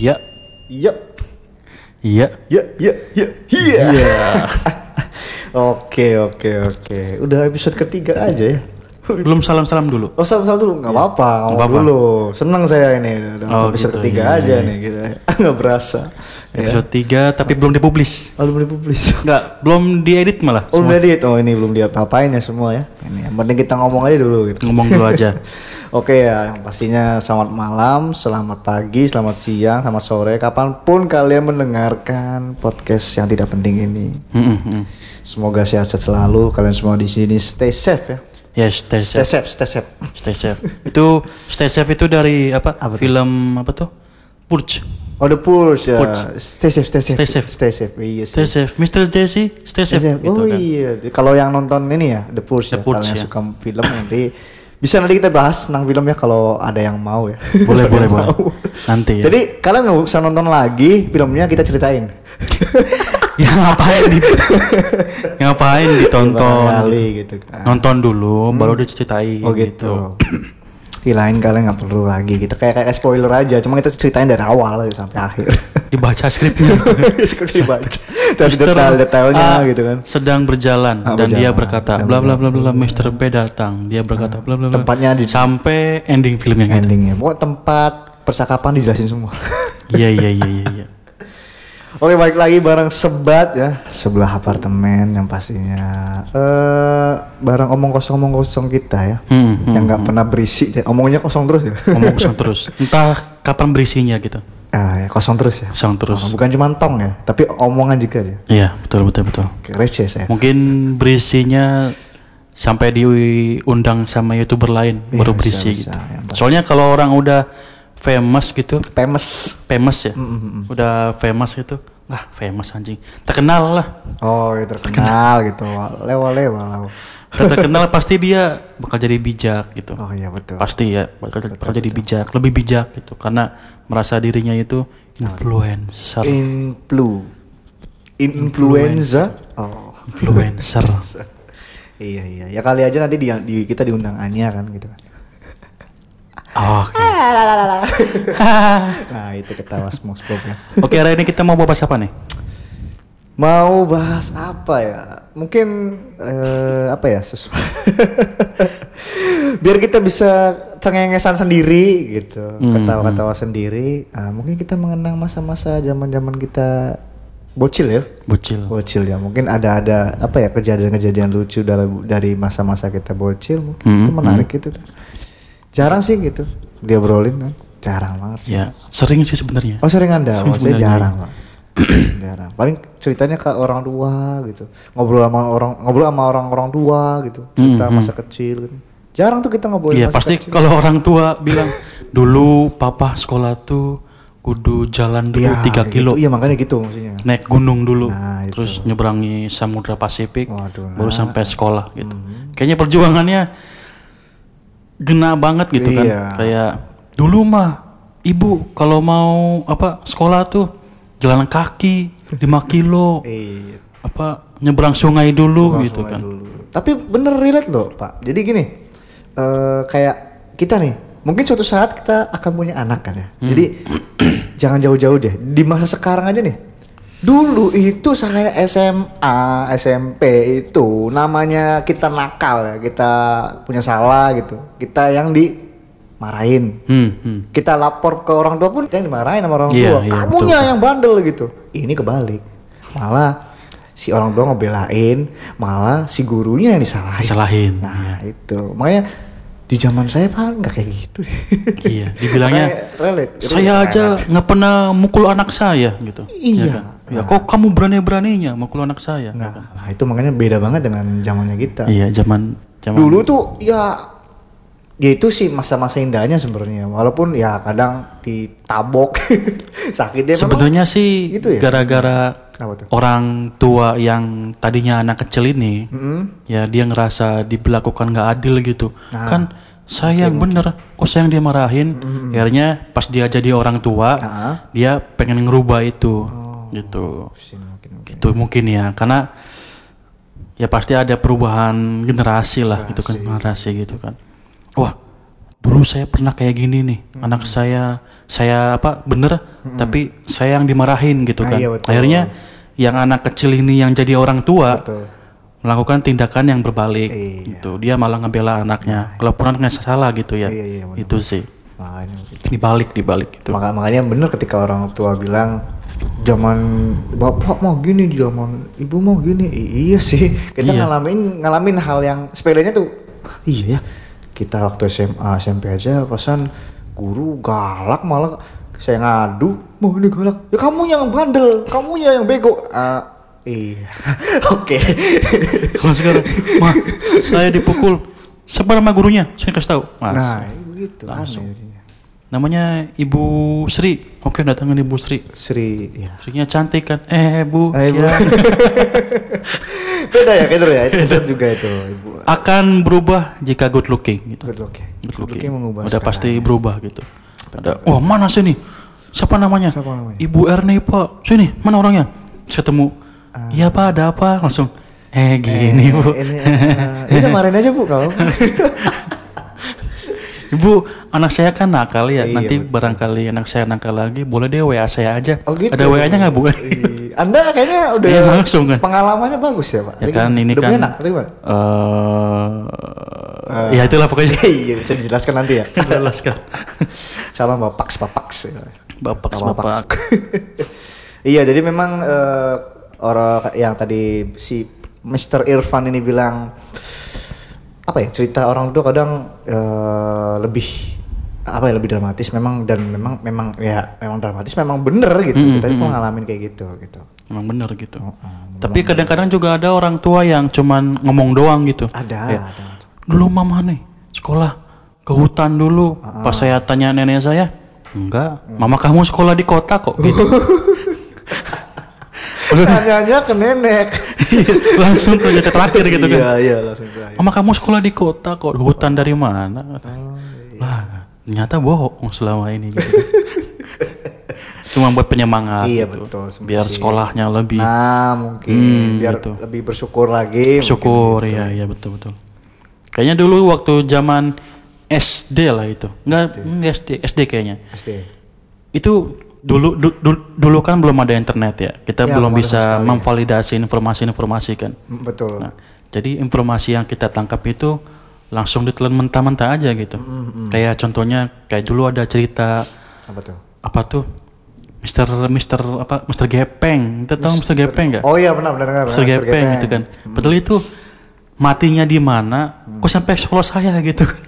Iya. Iya. Iya. Iya. Oke. Udah episode ketiga aja ya. Belum salam-salam dulu. Oh salam dulu, nggak apa-apa, ngomong dulu. Senang saya ini, udah episode gitu, ketiga aja nih, gitu. Nggak berasa. Episode 3 tapi belum dipublish. Oh, belum dipublish. Enggak, belum diedit malah. Oh, belum diedit. Oh, ini belum diapa-apain ya semua ya. Ini yang penting kita ngomong aja dulu gitu. Ngomong dulu aja. Oke ya, yang pastinya selamat malam, selamat pagi, selamat siang, selamat sore, kapanpun kalian mendengarkan podcast yang tidak penting ini. Semoga sehat-sehat selalu, kalian semua di sini stay safe ya. Yes, stay safe. Stay safe. Itu stay safe itu dari apa? Film apa tuh? Purge. Oh, The Purge ya. Stay safe. Iya sih. Stay safe. Mr. Jesse, stay safe. Gitu, oh kan. Iya. Kalau yang nonton ini ya, The Purge ya. Kalau yang suka film nanti bisa nanti kita bahas tentang film ya kalau ada yang mau ya. Boleh. Nanti ya. Jadi kalian nggak usah nonton lagi filmnya, kita ceritain. Ngapain ditonton gitu kan. Nonton dulu baru diceritain. Oh gitu. Kirain kalian nggak perlu lagi gitu, kayak spoiler aja, cuma kita ceritain dari awal sampai akhir. Dibaca skripnya. Dibaca dari detailnya gitu kan. Sedang berjalan dan dia berkata bla bla bla bla, Mr. B datang, dia berkata bla bla bla, tempatnya sampai ending filmnya gitu. Endingnya pokoknya tempat percakapan dijelasin semua. Iya. Oke, balik lagi bareng Sebat ya, sebelah apartemen yang pastinya bareng omong kosong kita ya, yang nggak pernah berisi, omongnya kosong terus ya. Omong kosong terus, entah kapan berisinya gitu. Ya, kosong terus ya. Kosong terus. Bukan cuma tong ya, tapi omongan juga ya. Iya, betul. Receh saya. Mungkin berisinya sampai diundang sama YouTuber lain baru berisi gitu. Soalnya kalau orang udah famous gitu, famous ya, udah famous gitu, famous anjing, terkenal lah. Oh, ya terkenal gitu, lewa. Terkenal pasti dia bakal jadi bijak gitu. Oh iya betul. Pasti ya bakal jadi bijak, lebih bijak gitu, karena merasa dirinya itu influencer. Influenza. Oh, influencer. Iya. Ya kali aja nanti kita diundang Anya kan gitu kan. Oke. Nah itu ketawa SpongeBob ya. Oke, hari ini kita mau bahas apa nih? Mau bahas apa ya? Mungkin apa ya sesuai. Biar kita bisa cengengesan sendiri gitu, ketawa-ketawa sendiri. Mungkin kita mengenang masa-masa zaman kita bocil ya. Bocil ya. Mungkin ada apa ya kejadian-kejadian lucu dari masa-masa kita bocil. Mungkin itu menarik gitu. Jarang sih gitu dia brolin kan, jarang banget sih. Ya, sering sih sebenarnya. Oh sering Anda, saya jarang Pak. Jarang. Paling ceritanya ke orang tua gitu, ngobrol sama orang tua gitu, cerita masa kecil gitu. Jarang tuh kita ngobrolin masa pasti kecil. Kalau orang tua bilang dulu papa sekolah tuh kudu jalan dulu 3 kilo. Iya makanya gitu maksudnya. Naik gunung dulu, terus nyeberangi Samudra Pasifik, baru sampai sekolah gitu. Kayaknya perjuangannya gena banget gitu kan. Kayak dulu mah ibu kalau mau sekolah tuh jalan kaki 5 kilo. Nyebrang sungai dulu gitu kan. Tapi bener relate loh Pak. Jadi gini, kayak kita nih, mungkin suatu saat kita akan punya anak kan ya. Jadi jangan jauh-jauh deh. Di masa sekarang aja nih. Dulu itu saya SMA, SMP itu namanya kita nakal ya, kita punya salah gitu. Kita yang dimarahin. Kita lapor ke orang tua pun kita yang dimarahin sama orang tua. Kamunya yang bandel gitu. Ini kebalik. Malah si orang tua ngebelain, malah si gurunya yang disalahin. Nah, itu. Makanya di zaman saya Pak nggak kayak gitu. Iya, dibilangnya saya aja nggak pernah mukul anak saya gitu. Iya. Ya kan? Ya kok kamu berani-beraninya mukul anak saya? Nah, itu makanya beda banget dengan zamannya kita. Iya, zaman dulu tuh ya itu sih masa-masa indahnya sebenarnya. Walaupun ya kadang ditabok sakitnya. Sebenarnya sih gitu ya? Gara-gara orang tua yang tadinya anak kecil ini, ya dia ngerasa diberlakukan nggak adil gitu. Kan saya yang bener, kok saya yang dia marahin. Akhirnya pas dia jadi orang tua, dia pengen ngerubah itu. Gitu. Gitu mungkin ya, karena ya pasti ada perubahan generasi lah gitu kan, generasi gitu kan. Wah, dulu saya pernah kayak gini nih, anak saya bener tapi saya yang dimarahin gitu kan. Iya, betul. Akhirnya yang anak kecil ini yang jadi orang tua Betul. melakukan tindakan yang berbalik. Iya. Gitu. Dia malah ngebela anaknya. Kalaupun anaknya salah gitu ya. Iya, Itu sih. Makanya gitu. Dibalik gitu. Makanya bener ketika orang tua bilang zaman bapak mau gini, zaman ibu mau gini. Iya sih, kita ngalamin hal yang sepelenya tuh. Iya ya, kita waktu SMA SMP aja pasan guru galak, malah saya ngadu mau ini galak. Ya kamu yang bandel, kamunya yang bego. Iya, oke. Kalau sekarang, saya dipukul, siapa nama gurunya? Saya kasih tahu. Nah, begitu. Langsung. Namanya Ibu Sri. Oke, datangin Ibu Sri. Sri, ya. Srinya cantik kan? Bu. Beda ya, gitu ya. Itu juga itu. Ibu. Akan berubah jika good looking. Gitu. Good looking mengubah. Udah pasti berubah gitu. Oh mana sini? Siapa namanya? Ibu Erni Pak. Sini, mana orangnya? Saya ketemu. Iya Pak, ada apa? Langsung. Gini Bu. Ini kemarin aja Bu kau. Ibu, anak saya kan nakal ya. Iya, Nanti betul. barangkali anak saya nakal lagi, boleh deh WA saya aja. Oh, gitu. Ada WA-nya nggak Bu? Anda kayaknya udah langsung kan. Pengalamannya bagus ya Pak. Ya kan ini udah kan. Enak, ya itulah pokoknya. Iya bisa dijelaskan nanti ya. Jelaskan. Salam Bapaks. Bapak. Iya jadi memang orang yang tadi si Mr. Irfan ini bilang apa ya, cerita orang tua kadang lebih dramatis memang, dan memang dramatis, memang bener gitu. Kita pun ngalamin kayak gitu. Memang bener gitu. Tapi kadang-kadang juga ada orang tua yang cuman ngomong doang gitu. Ada. Dulu mama nih sekolah ke hutan dulu. Pas saya tanya nenek saya, enggak, mama kamu sekolah di kota kok gitu. Tanyanya ke nenek. Langsung ke terakhir gitu kan. Iya langsung terakhir. Mama kamu sekolah di kota kok, hutan dari mana? Lah, ternyata bohong selama ini gitu. Cuma buat penyemangat. Iya gitu. betul. Biar sekolahnya lebih. Nah mungkin biar gitu. lebih bersyukur lagi. Syukur gitu. Iya betul. Kayaknya dulu waktu zaman SD lah itu. Enggak SD kayaknya. SD. Itu dulu kan belum ada internet ya. Kita belum bisa memvalidasi informasi kan. Betul. Nah, jadi informasi yang kita tangkap itu langsung ditelan mentah-mentah aja gitu. Kayak contohnya kayak dulu ada cerita apa tuh? Mister Gepeng. Kita tahu Mister Gepeng enggak? Oh iya benar dengar. Mister Gepeng gitu kan. Padahal itu matinya di mana? Kok sampai sekolah saya gitu kan.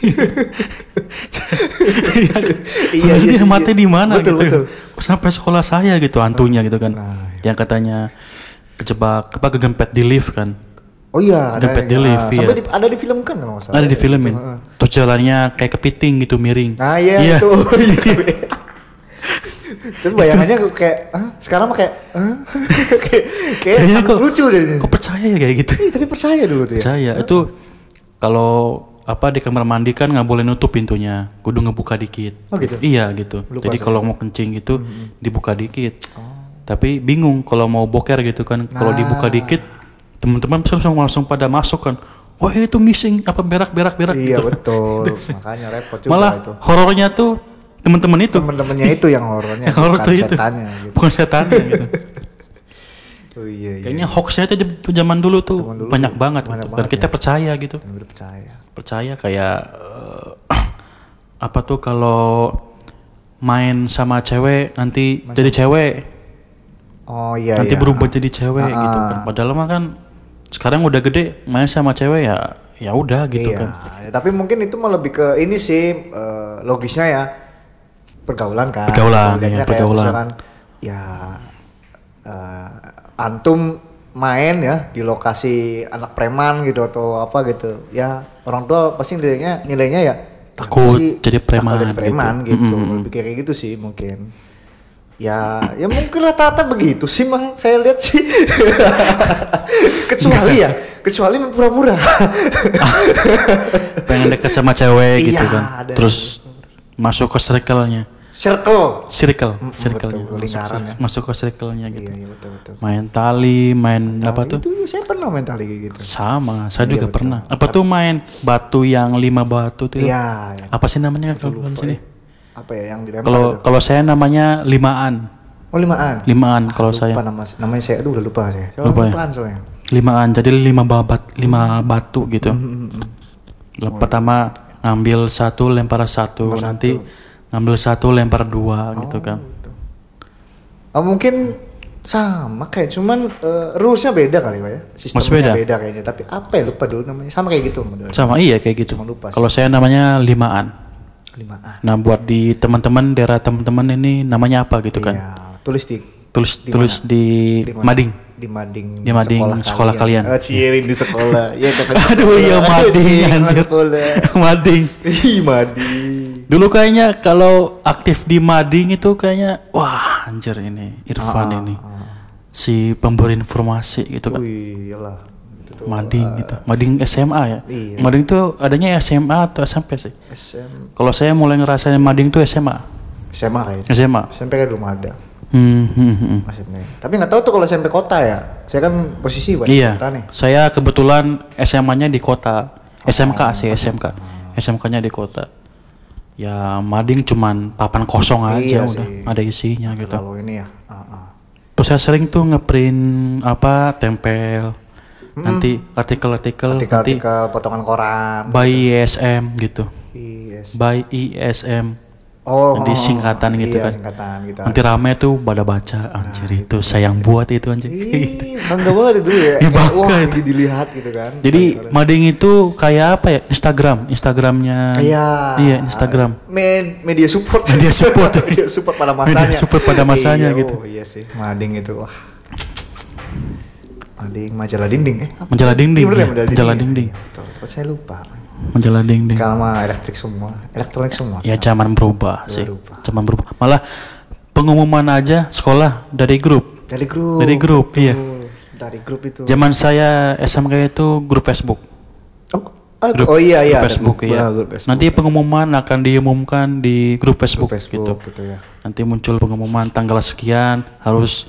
Iya, dia mati di mana gitu. Betul. Sampai sekolah saya gitu hantunya gitu kan. Yang katanya kegempet di lift kan. Oh iya, kegempet di lift. Sampai ada di film kan kalau enggak salah. Ada di filmin. Terus jalannya kayak kepiting gitu miring. Nah iya. Itu. Tapi bayangannya kayak sekarang mah kayak kayaknya kok lucu deh. Kok percaya ya kayak gitu? Tapi percaya dulu tuh ya. Percaya. Itu kalau di kamar mandi kan nggak boleh nutup pintunya, kudu ngebuka dikit. Oh gitu. Iya gitu. Jadi kalau mau kencing gitu dibuka dikit. Tapi bingung kalau mau boker gitu kan, kalau dibuka dikit teman-teman langsung pada masuk kan. Wah itu ngising berak iya, gitu. Betul. Makanya repot juga malah itu. Horornya tuh temen-temennya itu yang horornya. Bukan setannya gitu. Bukan setannya gitu. Oh iya. Kayaknya hoaxnya itu zaman dulu tuh banyak banget gitu. Dan kita percaya gitu. Percaya kayak kalau main sama cewek nanti jadi cewek. Oh iya. Nanti berubah jadi cewek gitu kan. Padahal mah kan sekarang udah gede main sama cewek ya udah gitu kan. Ya, tapi mungkin itu mah lebih ke ini sih logisnya ya. Pergaulan kan. Pergaulan. Misalkan ya antum main ya di lokasi anak preman gitu atau apa gitu. Ya orang tua pasti nilainya ya takut jadi preman gitu. Lebih kayak gitu sih mungkin. Ya mungkin rata-rata begitu sih mah saya lihat sih. kecuali pura-pura. Pengen dekat sama cewek gitu kan. Terus masuk ke circle-nya. Masuk ke circle-nya gitu. Iya, betul. Main tali, apa tuh? Itu saya pernah main tali kayak gitu. Sama, saya juga pernah. Apa tuh main batu yang 5 batu tuh? Iya. Apa sih namanya kalau di sini? Apa ya yang dilempar? Kalau saya namanya limaan. Oh, limaan. Limaan kalau saya. Namanya saya udah lupa saya. Lupa ya? Soalnya. Limaan. Jadi 5 batu gitu. Pertama ngambil 1 lempar 1, nanti ngambil 1 lempar 2 gitu kan. Gitu. Mungkin sama kayak cuman rulesnya beda kali Pak ya. Sistemnya beda kayaknya. Tapi apa ya lupa dulu namanya. Sama kayak gitu modelnya. Sama iya kayak gitu. Kalau saya namanya limaan. Nah buat di teman-teman daerah teman-teman ini namanya apa gitu kan? Tulis di mading. Di mading sekolah kalian. Cirin di sekolah. Ya kan. Aduh iya mading anjir. Mading. Mading. Dulu kayaknya kalau aktif di mading itu kayaknya wah anjir ini Irfan ini. Si pemberi informasi gitu kan. Iyalah. Mading gitu. Mading SMA ya. Iya. Mading tuh adanya SMA atau SMP sih? Kalau saya mulai ngerasain mading tuh SMA. SMA kayaknya. SMP kan belum ada. Tapi nggak tahu tuh kalau SMP kota ya. Saya kan posisi buat kota nih. Saya kebetulan SMA-nya di kota. SMK sih SMK. SMK-nya di kota. Ya mading cuman papan kosong aja udah sih. Ada isinya gitu. Kalau ini ya. Terus saya sering tuh ngeprint tempel. Nanti artikel potongan koran. By ISM gitu. By ISM. Nanti singkatan gitu kan. Singkatan gitu. Nanti rame tuh pada baca anjir itu saya yang buat itu anjir. Bangga banget itu ya. Bangga itu dilihat gitu kan. Jadi mading itu kayak apa ya? Instagramnya. Iya Instagram. Media support. Media support pada masanya. Media support pada masanya gitu. Oh iya sih. Mading itu wah. Mading majalah dinding Majalah dinding. Majalah dinding. Betul. Saya lupa. Majalah dinding. Kalau elektronik semua. Ya zaman berubah sih. Zaman berubah. Malah pengumuman aja sekolah dari grup. Dari grup iya. Dari grup itu. Zaman saya SMK itu grup Facebook. Iya. Grup Facebook ya. Nanti pengumuman akan diumumkan di grup Facebook gitu. Ya. Nanti muncul pengumuman tanggal sekian harus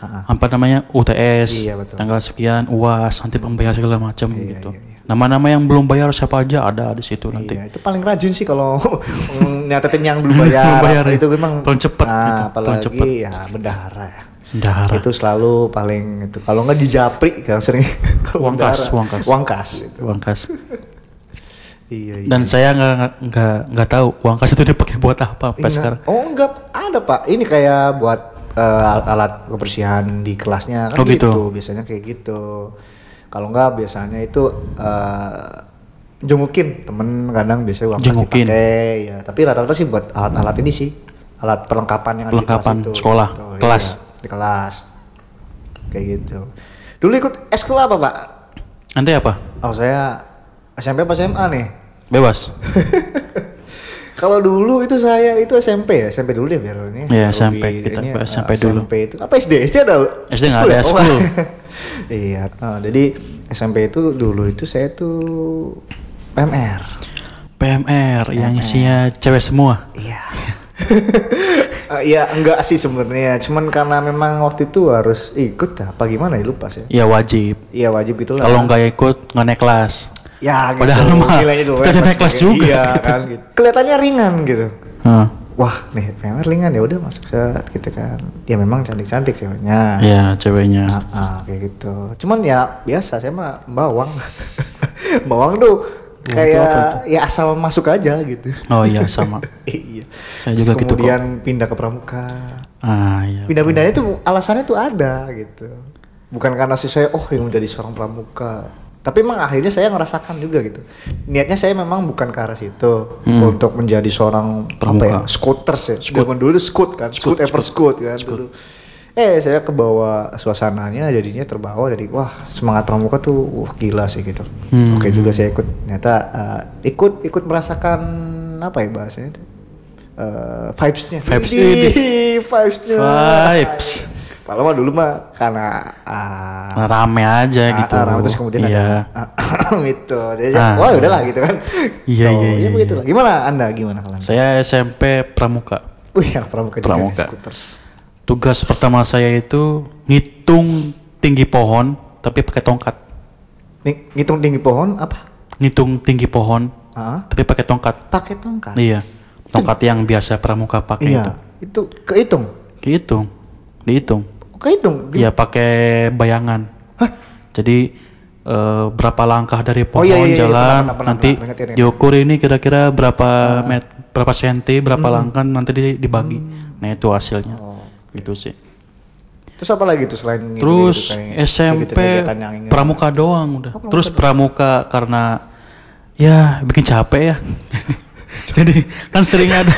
UTS, tanggal sekian UAS, nanti pembayar segala macam gitu. Nama-nama yang belum bayar siapa aja ada di situ nanti. Itu paling rajin sih kalau nyatetin yang belum bayar. Itu memang paling cepat gitu. Apalagi ya bendahara ya. Itu selalu paling itu. Kalau nggak di Japri kan sering. Uangkas. Iya. Dan saya nggak tahu uangkas itu dipakai buat apa sampai sekarang. Enggak ada Pak. Ini kayak buat alat kebersihan di kelasnya kan gitu. Biasanya kayak gitu. Kalau enggak biasanya itu jengukin temen kadang biasanya uang kas dipakai ya. Tapi rata-rata sih buat alat-alat ini sih. Alat perlengkapan yang ada di kelas itu. Sekolah, gitu. Kelas. Di kelas. Kayak gitu. Dulu ikut eskul apa Pak? Nanti apa? Saya SMP apa SMA nih? Bebas. Kalau dulu itu saya itu SMP dulu deh biar ini. Iya SMP kita SMP dulu. SMP itu apa SD? SD ada? SD nggak ada school. Iya. Jadi SMP itu dulu itu saya tuh PMR yang isinya cewek semua. Iya. Ya enggak sih sebenarnya, cuman karena memang waktu itu harus ikut apa gimana ya lupa sih. Iya wajib. Iya wajib gitulah. Kalau nggak ikut nggak naik kelas. Ya gitu. Padahal mah kita naik kelas juga. Iya kan gitu. Kelihatannya ringan gitu. Wah nih PMR ringan ya udah masuk set gitu kan. Ya memang cantik-cantik ceweknya. Iya ceweknya. Kayak gitu. Cuman ya biasa saya mah bawang. Bawang tuh kayak ya asal masuk aja gitu. Oh iya sama. Iya. Saya juga gitu kok. Kemudian pindah ke pramuka. Iya. Pindah-pindahnya tuh alasannya tuh ada gitu. Bukan karena saya yang menjadi seorang pramuka. Tapi emang akhirnya saya ngerasakan juga gitu. Niatnya saya memang bukan ke arah situ untuk menjadi seorang pramuka. Scooters ya. Zaman dulu tuh scoot kan. Scoot kan dulu. Saya kebawa suasananya, jadinya terbawa dari semangat pramuka tuh gila sih gitu. Oke juga saya ikut. Ternyata ikut merasakan apa ya bahasanya itu? Vibes-nya. Kalau mah dulu mah karena rame aja gitu. Rame terus kemudian ada gitu. Jadi udahlah gitu kan. Iya. Begitulah. Gimana Anda? Gimana kalian? Saya SMP pramuka. Pramuka. Tugas pertama saya itu ngitung tinggi pohon tapi pakai tongkat. Ngitung tinggi pohon apa? Ngitung tinggi pohon tapi pakai tongkat. Pakai tongkat. Iya. Tongkat yang biasa pramuka pakai Iya, itu kehitung. Dihitung. Kehitung. Iya, pakai bayangan. Hah? Jadi berapa langkah dari pohon iya, jalan, pernah, nanti ingat. diukur ini kira-kira berapa senti, berapa langkah, nanti dibagi. Nah itu hasilnya. Gitu sih. Terus apa lagi tuh selain terus gitu, SMP gitu, pramuka doang udah. Terus pramuka karena ya bikin capek ya. Jadi kan sering ada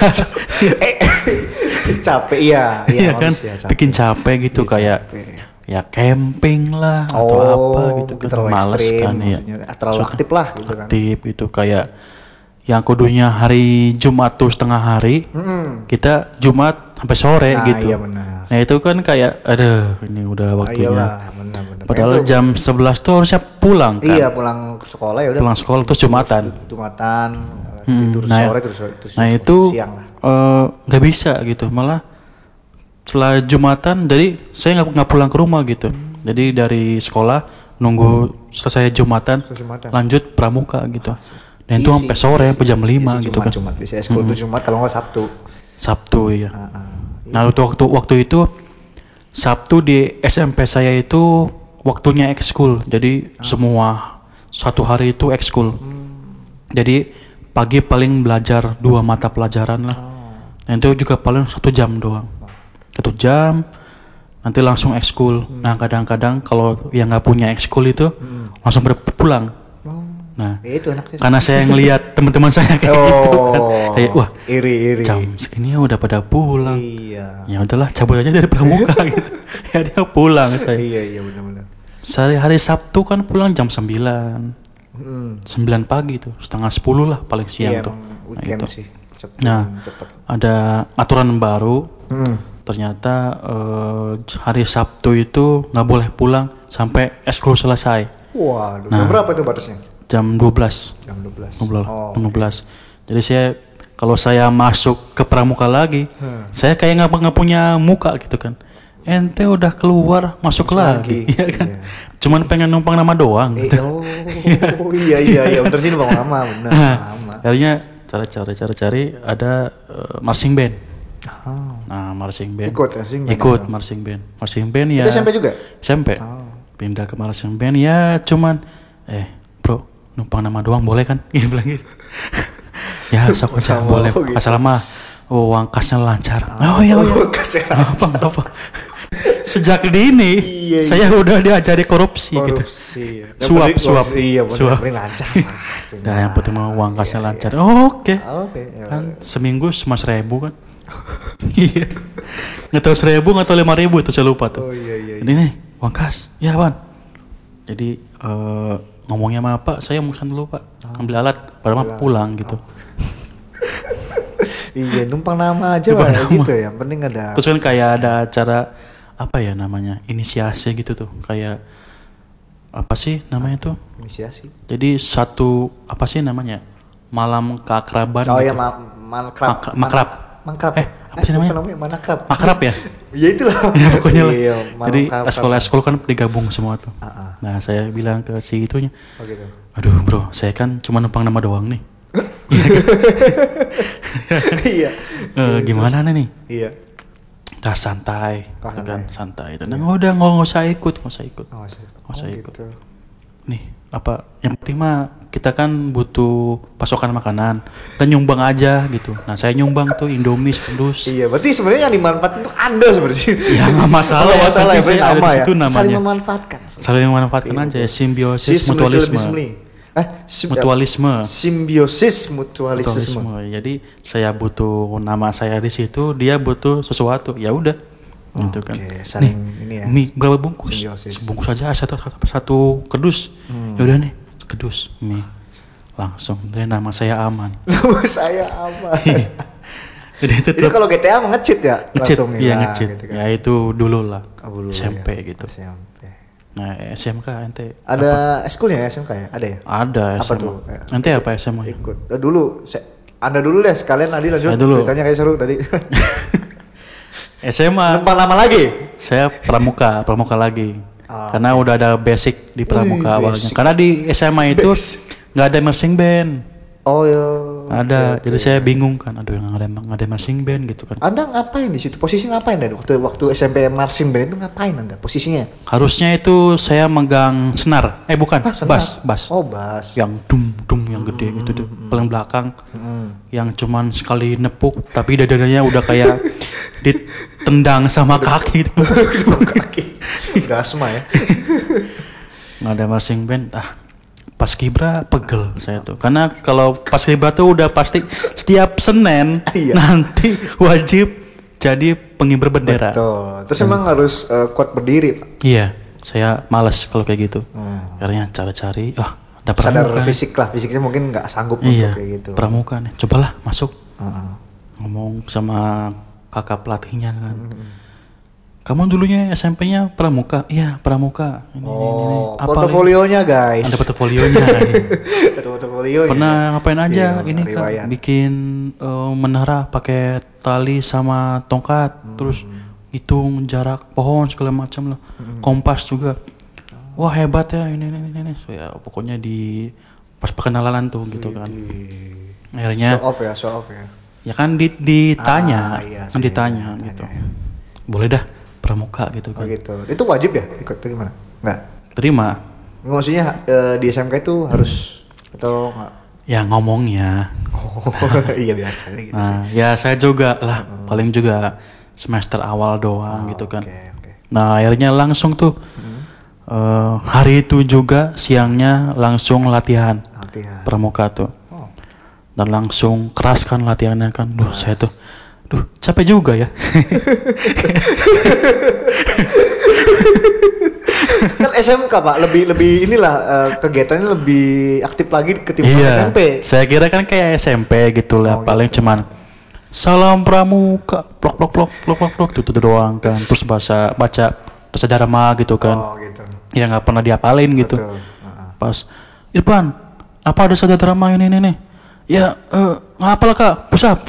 capek iya kan bikin capek gitu kayak ya camping lah atau apa gitu kan males kan ya. Terlalu aktif lah gitu kan. Aktif itu kayak yang kudunya hari Jumat tuh setengah hari, kita Jumat sampai sore gitu. Iya benar. Nah itu kan kayak, aduh ini udah waktunya. Benar. Padahal jam 11 tuh harusnya pulang kan. Iya pulang sekolah ya udah. Pulang sekolah terus Jumatan. Tidur sore terus nah itu nggak bisa gitu, malah setelah Jumatan, jadi saya nggak pulang ke rumah gitu. Jadi dari sekolah nunggu selesai Jumatan, lanjut pramuka gitu. Dan itu sampai sore, sampai jam 5 gitu kan. Jumat bisa sekolah tuh Jumat kalau nggak Sabtu iya. Nah waktu itu Sabtu di SMP saya itu waktunya ekskul, jadi semua satu hari itu ekskul. Jadi pagi paling belajar 2 mata pelajaran lah. Dan itu juga paling 1 jam doang. 1 jam nanti langsung ekskul. Nah kadang-kadang kalau yang nggak punya ekskul itu langsung pulang. Nah, itu enaknya. Karena saya ngelihat teman-teman saya kayak gitu kan, kayak wah iri. Jam segini udah pada pulang. Iya. Ya udahlah cabut aja dari pramuka gitu. Ya dia pulang saya. Iya benar. Hari Sabtu kan pulang jam 9. 9 pagi tuh, setengah 10 lah paling siang tuh. Weekend sih. Cepet. Ada aturan baru. Ternyata hari Sabtu itu nggak boleh pulang sampai ekskul selesai. Waduh. Jam berapa itu batasnya? Jam 12. Jam 12. 12. Jadi kalau saya masuk ke pramuka lagi, saya kayak nggak punya muka gitu kan. Ente udah keluar masuk lagi. Iya kan? Iya. Cuman pengen numpang nama doang. Gitu. Iya bener sih numpang nama bener. Akhirnya cari ada marching band. Nah marching band. Ikut marching band. Marching band ya. Itu SMP juga? SMP. Pindah ke marching band ya cuman bro numpang nama doang boleh kan? Iya bilang gitu. Ya sok aja boleh. Gitu. Asal mah uang kasnya lancar. Iya. Apa? Sejak dini saya udah diajari korupsi gitu. Suap. Iya benar lancar. Nah yang penting mau uang kasnya lancar. Oke. Kan seminggu cuma 1.000 kan. Iya. Nggak tahu 1.000 nggak tahu 5.000 itu saya lupa tuh. Iya. Ini nih uang kas. Ya Wan. Jadi ngomongnya sama Pak, saya mau pesan dulu Pak. Ambil alat, padahal pulang gitu. Iya, numpang nama aja lah gitu ya. Yang penting ada. Terus kan kayak ada acara apa ya namanya? Inisiasi gitu tuh. Kayak apa sih namanya tuh? Inisiasi. Jadi satu apa sih namanya? Malam keakraban. Oh gitu. ya, makrab. Apa sih namanya? Makrab ya? Ya itulah. Ya pokoknya lah. Jadi sekolah kan digabung semua tuh. Nah saya bilang ke si itunya. Oh gitu. Aduh bro, saya kan cuma numpang nama doang nih. Iya. Gimana nih? Iya. Udah santai, gitu kan santai. Dan udah nggak usah ikut. Gitu. Nih apa? Yang penting mah kita kan butuh pasokan makanan dan nyumbang aja gitu. Nah saya nyumbang tuh Indomie sekardus. Iya, berarti sebenarnya yang dimanfaatkan untuk Anda sebenarnya. Ya nggak masalah. Nggak masalah ya, saya ada di situ namanya. Saling memanfaatkan aja. Simbiosis mutualisme. Simbiosis mutualisme. Jadi saya butuh nama saya di situ, dia butuh sesuatu. Ya udah. Gitu kan. Saling ini ya. Mie berapa bungkus? Sebungkus aja satu kardus. Ya udah nih. Kedus mie langsung dari nama saya aman. Nama saya aman. Jadi itu kalau GTA ngecit ya langsung iya ngecit gitu kan. Ya itu dulu lah. SMP ya. gitu. Nah SMK ente ada eskulnya ya SMK ya? Ada ya? Ada apa SMA. tuh? Ente apa SMA? Ikut. Dulu Anda dulu deh sekalian Adi lanjut ceritanya kayak seru tadi. SMA. Numpang lama lagi? Saya pramuka lagi. Karena udah ada basic di pramuka awalnya. Karena di SMA itu nggak ada marching band. Oh ya. Ada. Jadi saya bingung kan. Aduh, yang ada marching band gitu kan. Anda ngapain di situ? Posisinya ngapain Dan? Waktu SMP marching band itu ngapain Anda? Posisinya? Harusnya itu saya megang senar. Bukan. Senar. Bass. Oh, bass. Yang dum yang gede gitu tuh. Paling belakang. Yang cuman sekali nepuk tapi dadanya udah kayak ditendang sama kaki gitu. Kaki. Udah asma ya. Nggak ada marching band. Pas Kibra pegel saya tuh. Karena kalau pas Kibra tuh udah pasti setiap Senin nanti wajib jadi pengibar bendera. Betul. Terus emang harus kuat berdiri, Pak? Iya, saya malas kalau kayak gitu. Karena cari-cari, ada pramuka. Sadar fisik lah, fisiknya mungkin nggak sanggup untuk kayak gitu. Pramuka nih, cobalah masuk. Ngomong sama kakak pelatihnya kan. Kamu dulunya SMP-nya pramuka? Iya, pramuka. Ini. Portofolionya guys. Ada portofolionya. Ada portofolionya. Pernah ngapain aja? Ini kan bikin menara pakai tali sama tongkat, terus hitung jarak pohon segala macam lah. Kompas juga. Wah hebat ya ini. So, ya pokoknya di pas perkenalan tuh gitu kan. Akhirnya show off ya. Ya kan ditanya, ditanya gitu. Boleh dah pramuka gitu kan. Oh gitu. Itu wajib ya ikut gimana? Enggak. Terima. Maksudnya di SMK itu harus atau enggak? Ya ngomongnya. Iya biasa gitu sih. Ya saya juga lah, paling juga semester awal doang gitu kan. Okay. Nah akhirnya langsung tuh hari itu juga siangnya langsung latihan. Pramuka tuh. Dan langsung keras kan latihannya kan. Saya tuh capek juga ya. Kan SMK Pak, lebih inilah kegiatannya lebih aktif lagi ketimbang SMP. Saya kira kan kayak SMP gitu lah, paling cuman salam pramuka, plok itu doang kan. Terus baca Dasa Dharma gitu kan. Oh gitu. Ya nggak pernah diapalin gitu. Pas Irfan, apa Dasa Dharma ini nih? Ya ngapal Kak, push up.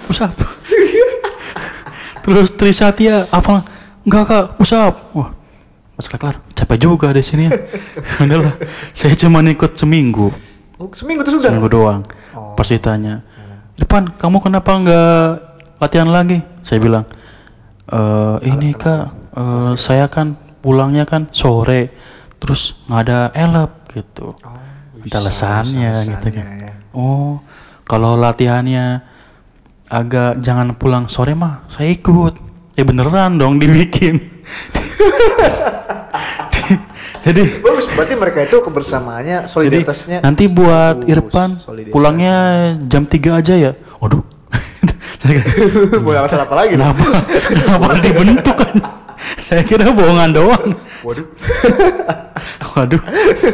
Terus Trisatya apa? Enggak Kak, push up. Wah, pas kelar capek juga di sini ya. Udahlah, saya cuma ikut seminggu. Seminggu tuh sudah? Seminggu doang. Pas ditanya, Irfan, kamu kenapa nggak latihan lagi? Saya bilang, ini Kak, saya kan pulangnya kan sore, terus nggak ada elep gitu. Ada alasannya gitu kan. Ya. Kalau latihannya agak jangan pulang sore mah saya ikut. Beneran dong dibikin. Jadi bagus, berarti mereka itu kebersamaannya, solidaritasnya. Jadi, nanti buat Irfan pulangnya jam 3 aja ya. Waduh. Mau alasan apa lagi? Kenapa dibentuk kan? Saya kira bohongan doang. Waduh.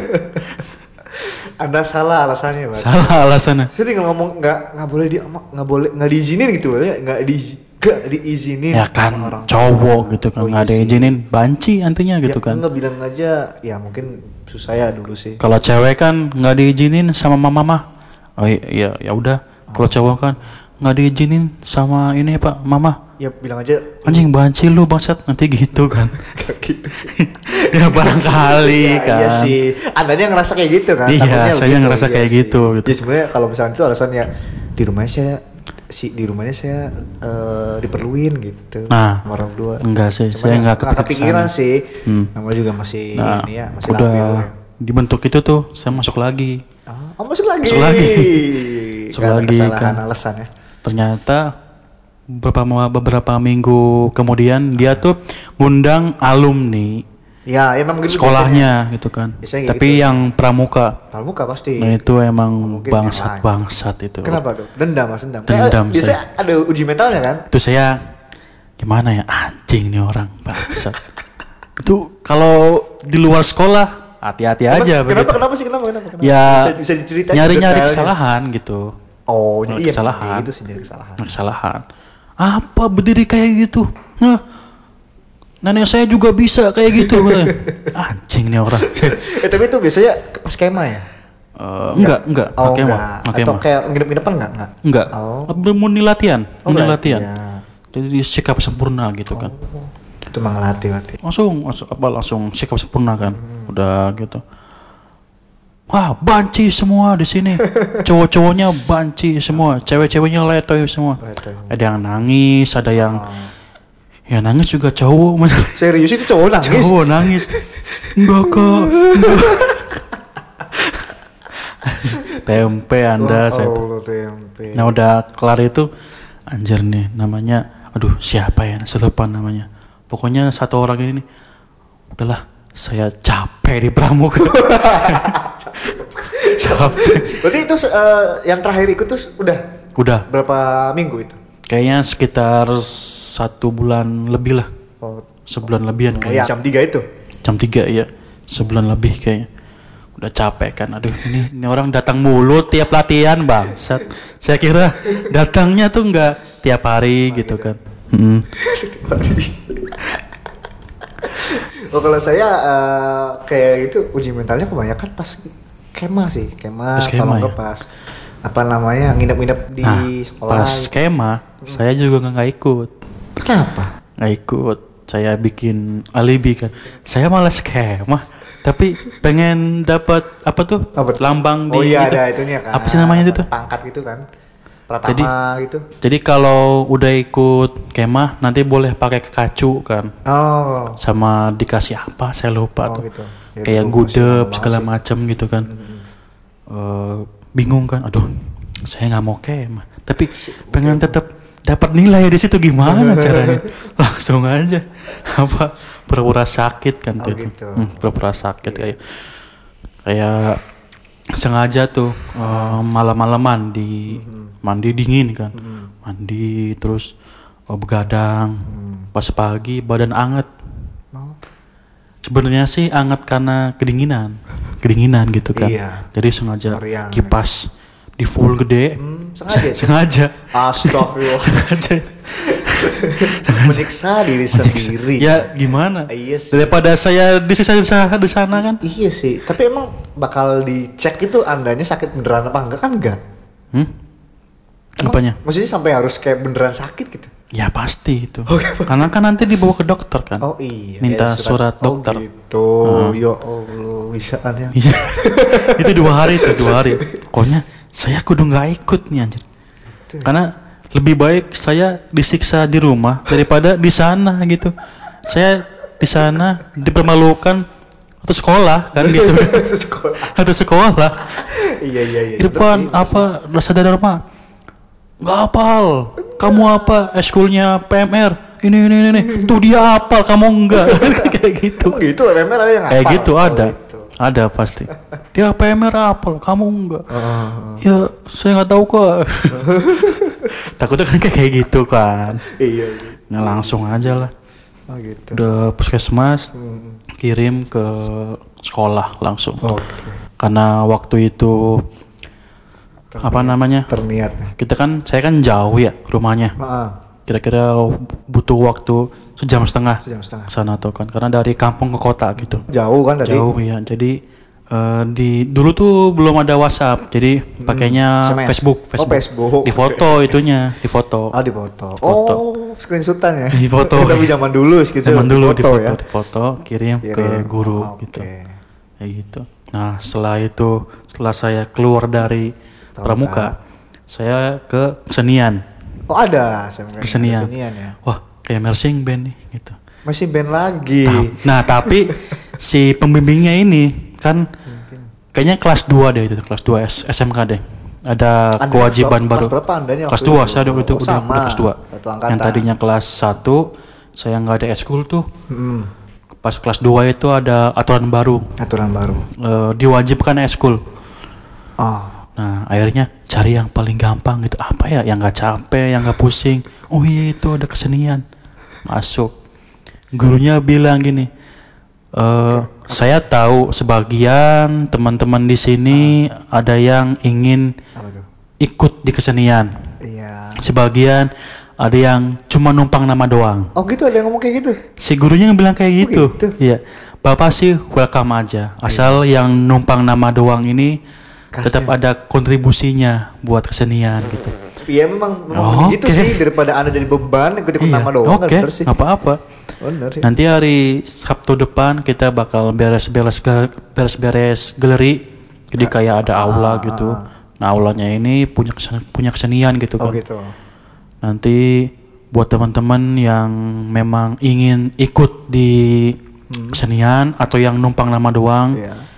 Anda salah alasannya, Pak. Salah alasannya. Saya tinggal ngomong nggak diizinin gitu, nggak diizinin. Ya kan orang cowok gitu kan nggak diizinin, banci antinya gitu kan. Nggak bilang aja, ya mungkin susah ya dulu sih. Kalau cewek kan nggak diizinin sama mama. Oh iya ya udah. Kalau cowok kan nggak diizinin sama ini Pak mama. Ya bilang aja anjing banci lu bangsat nanti gitu kan. Gitu sih. Ya barangkali kan. Iya sih. Andanya ngerasa kayak gitu kan. Iya, saya ngerasa kayak gitu. Ya sebenarnya kalau misalnya itu alasannya di rumahnya saya diperluin gitu. Nah, orang dua. Enggak sih, cuman saya enggak kepikiran sih. Namanya juga masih ini ya, masih udah labil. Dibentuk itu tuh, saya masuk lagi. Masuk lagi. Masuk lagi kan. Alasannya. Ternyata beberapa minggu kemudian dia tuh ngundang alumni ya emang gitu sekolahnya gitu kan. Tapi gitu. Yang pramuka pasti. Nah itu emang bangsat itu. Kenapa tuh? Dendam. Biasanya ada uji mentalnya kan. Itu saya gimana ya, anjing nih orang bangsat. Itu kalau di luar sekolah hati-hati aja. Kenapa sih? Ya bisa diceritain nyari kesalahan gitu. Iya, kesalahan. Itu sih Kesalahan. Apa berdiri kayak gitu? Nah, nenek saya juga bisa kayak gitu. Anjing nih orang. Tapi itu biasanya pas kema ya? Enggak. Pakai mah. Atau kayak nginep-nginepan enggak? Enggak. Murni latihan. Latihan. Jadi sikap sempurna gitu kan. Itu mah ngelatih. Langsung sikap sempurna kan. Udah gitu. wah banci semua di sini. Cowok-cowoknya banci semua, cewek-ceweknya letoy semua. Ada yang nangis, ada yang ya nangis juga cowok. Serius itu cowok nangis? Cowok nangis. Enggak kak. Tempe Anda. Tempe. Nah udah kelar itu, anjir nih namanya, aduh siapa ya, saya lupa namanya. Pokoknya satu orang ini nih, udahlah saya capek di pramuka. Capek. Berarti itu yang terakhir ikut tuh udah berapa minggu itu? Kayaknya sekitar 1 bulan lebih lah. Sebulan lebihan kayaknya. Jam 3 itu? Jam 3 ya, sebulan lebih kayaknya. Udah capek kan, aduh ini orang datang mulu tiap latihan bangsat. Saya kira datangnya tuh nggak tiap hari gitu kan. Kalau saya kayak itu uji mentalnya kebanyakan pas kemah sih, kalau nggak pas apa namanya nginep-nginep di sekolah. Pas kemah saya juga nggak ikut. Kenapa? Nggak ikut, saya bikin alibi kan. Saya malas kemah. Tapi pengen dapat apa tuh? Lambang di iya ada itunya kan. Apa sih namanya itu tuh? Pangkat gitu kan. Pratama gitu. Jadi kalau udah ikut kemah nanti boleh pakai kacu kan. Oh. Sama dikasih apa? Saya lupa tuh. Gitu. Ya, kayak gudeg segala macam gitu kan. Bingung kan. Aduh, saya nggak mau kemah. Tapi pengen tetap dapat nilai di situ, gimana caranya? Langsung aja pura-pura sakit kan tuh. Gitu. Pura-pura sakit kayak sengaja tuh malam-malam mandi dingin kan. Mandi terus begadang. Pas pagi badan anget. Sebenarnya sih anget karena kedinginan gitu kan. Iya. Jadi sengaja kipas di full gede. Sengaja. Astagfirullah. sengaja. Menyiksa diri sendiri. Ya gimana? Iya sih. Daripada saya disiksa di sana kan. Iya sih. Tapi emang bakal dicek itu andanya sakit beneran apa enggak kan enggak? Apanya? Maksudnya sampai harus kayak beneran sakit gitu? Ya pasti itu. Karena kan nanti dibawa ke dokter kan. Oh iya. Minta surat dokter. Oh gitu. Ya Allah, bisa kan ya. Itu 2 hari. Pokoknya saya kudu nggak ikut nih anjir. Karena lebih baik saya disiksa di rumah daripada di sana gitu. Saya di sana dipermalukan atau sekolah kan gitu. Atau sekolah. Iya. Irfan apa rasa dadar mah? Nggak hafal. Kamu apa? Eskulnya PMR. Ini. Tuh dia hafal, kamu enggak. Kayak gitu. Oh gitu, PMR ada yang hafal. Kayak gitu ada. Ada pasti. Dia PMR hafal, kamu enggak. Ya, saya nggak tahu kok. Takutnya kan kayak gitu kan. Iya. Nah, langsung aja lah. Oh gitu. Udah puskesmas, kirim ke sekolah langsung. Karena waktu itu terniat. Saya kan jauh ya rumahnya. Kira-kira butuh waktu sejam setengah sana tuh kan, karena dari kampung ke kota gitu. Jauh kan tadi? Jauh ya. Jadi dulu tuh belum ada WhatsApp, jadi pakainya Facebook. Di foto itunya, di foto. Screenshotan ya. Di foto. Tapi zaman dulu di foto, kirim ke guru gitu. Kayak gitu. Nah, setelah saya keluar dari pramuka, saya ke kesenian. Oh ada kesenian ya. Wah, kayak marching band nih gitu. Masih band lagi. Nah, tapi si pembimbingnya ini kan kayaknya kelas 2 deh, itu kelas 2 SMK deh. Ada kewajiban baru. Kelas berapa Andanya? Kelas 2, saya udah kelas 2. Yang tadinya kelas 1 saya nggak ada eskul tuh. Pas kelas 2 itu ada aturan baru. Diwajibkan eskul. Nah, akhirnya cari yang paling gampang gitu. Apa ya? Yang nggak capek, yang nggak pusing. Oh iya, itu ada kesenian. Masuk. Gurunya bilang gini, saya tahu sebagian teman-teman di sini ada yang ingin ikut di kesenian. Iya. Sebagian ada yang cuma numpang nama doang. Oh gitu, ada yang ngomong kayak gitu? Si gurunya yang bilang kayak gitu. Iya. Bapak sih welcome aja. Asal yang numpang nama doang ini tetap ada kontribusinya buat kesenian gitu. Iya memang gitu sih, daripada Anda jadi beban ikut nama doang. Nggak apa-apa. Bener, ya. Nanti hari Sabtu depan kita bakal beres-beres galeri Jadi kayak ada aula gitu. Nah aulanya ini punya kesenian gitu kan. Oh gitu. Nanti buat teman-teman yang memang ingin ikut di kesenian atau yang numpang nama doang,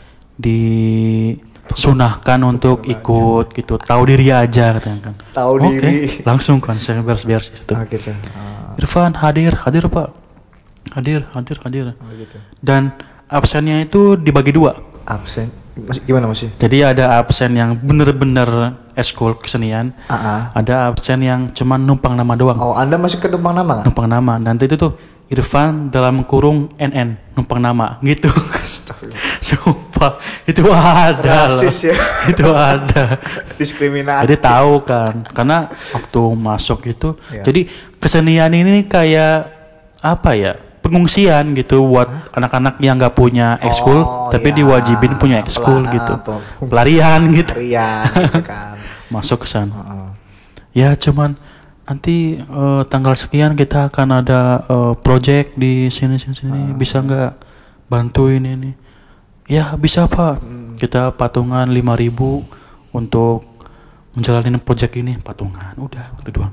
disunahkan untuk ikut gitu. Tahu diri aja katanya kan. Tahu diri. Langsung kan saya beres-beres itu. Gitu. Irfan hadir Pak. Hadir. Oh, gitu. Dan absennya itu dibagi 2. Absen? Gimana masih? Jadi ada absen yang bener-bener eskul kesenian, ada absen yang cuma numpang nama doang. Oh, Anda masuk ke numpang nama kan? Numpang nama. Nanti itu tuh Irfan dalam kurung NN numpang nama gitu. Sumpah itu ada. Rasis ya. Itu ada. Diskriminasi. Jadi tahu kan, karena waktu masuk itu, jadi kesenian ini kayak apa ya? Pengungsian gitu buat anak-anak yang nggak punya ekskul tapi diwajibin punya ekskul gitu. Pelarian gitu. Gitu kan. Masuk ke sana. Ya cuman nanti tanggal sekian kita akan ada project di sini. Bisa nggak bantuin ini? Ya bisa Pak. Kita patungan 5.000 untuk menjalani project ini. Patungan udah itu doang.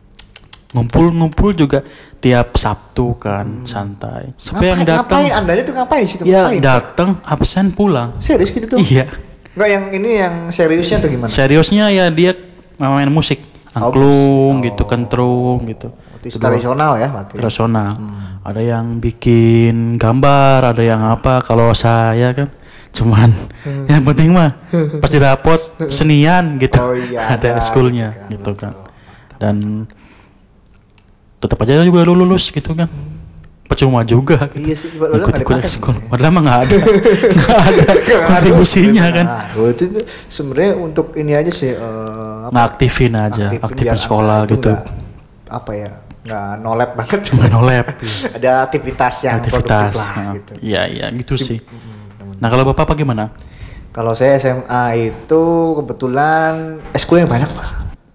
Ngumpul juga tiap Sabtu kan santai. Sampai yang datang. Ngapain Andanya tuh ngapain di situ? Ya datang absen pulang. Serius gitu tuh? Iya. Enggak yang ini yang seriusnya tuh gimana? Seriusnya ya dia main musik, angklung gitu, kentrung gitu. Tradisional ya berarti. Tradisional. Ada yang bikin gambar, ada yang apa. Kalau saya kan cuman yang penting mah pasti rapot senian gitu. Oh, iya, ada schoolnya gitu kan. Dan tetap aja juga lulus gitu kan, percuma juga gitu. Iya sih, ikut ekskul padahal mah nggak ada kontribusinya kan. Itu sebenarnya untuk ini aja sih aktifin sekolah gitu. Apa ya, nggak nolep banget. Nggak nolep. Ada aktivitas yang produktif lah gitu. Iya gitu sih. Nah kalau Bapak gimana? Kalau saya SMA itu kebetulan ekskulnya banyak Pak.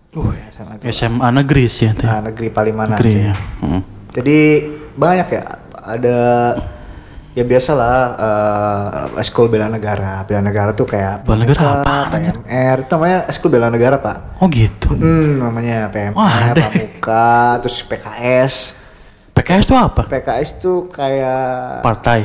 SMA negeri sih ya. Negeri Palimanan negeri, sih. Ya. Jadi banyak ya, ada ya biasalah eskul bela negara. Bela negara tuh kayak bela negara apa? PMR itu namanya eskul bela negara Pak. Oh gitu. Namanya PMR, Pramuka, terus PKS. PKS itu apa? PKS tuh kayak partai.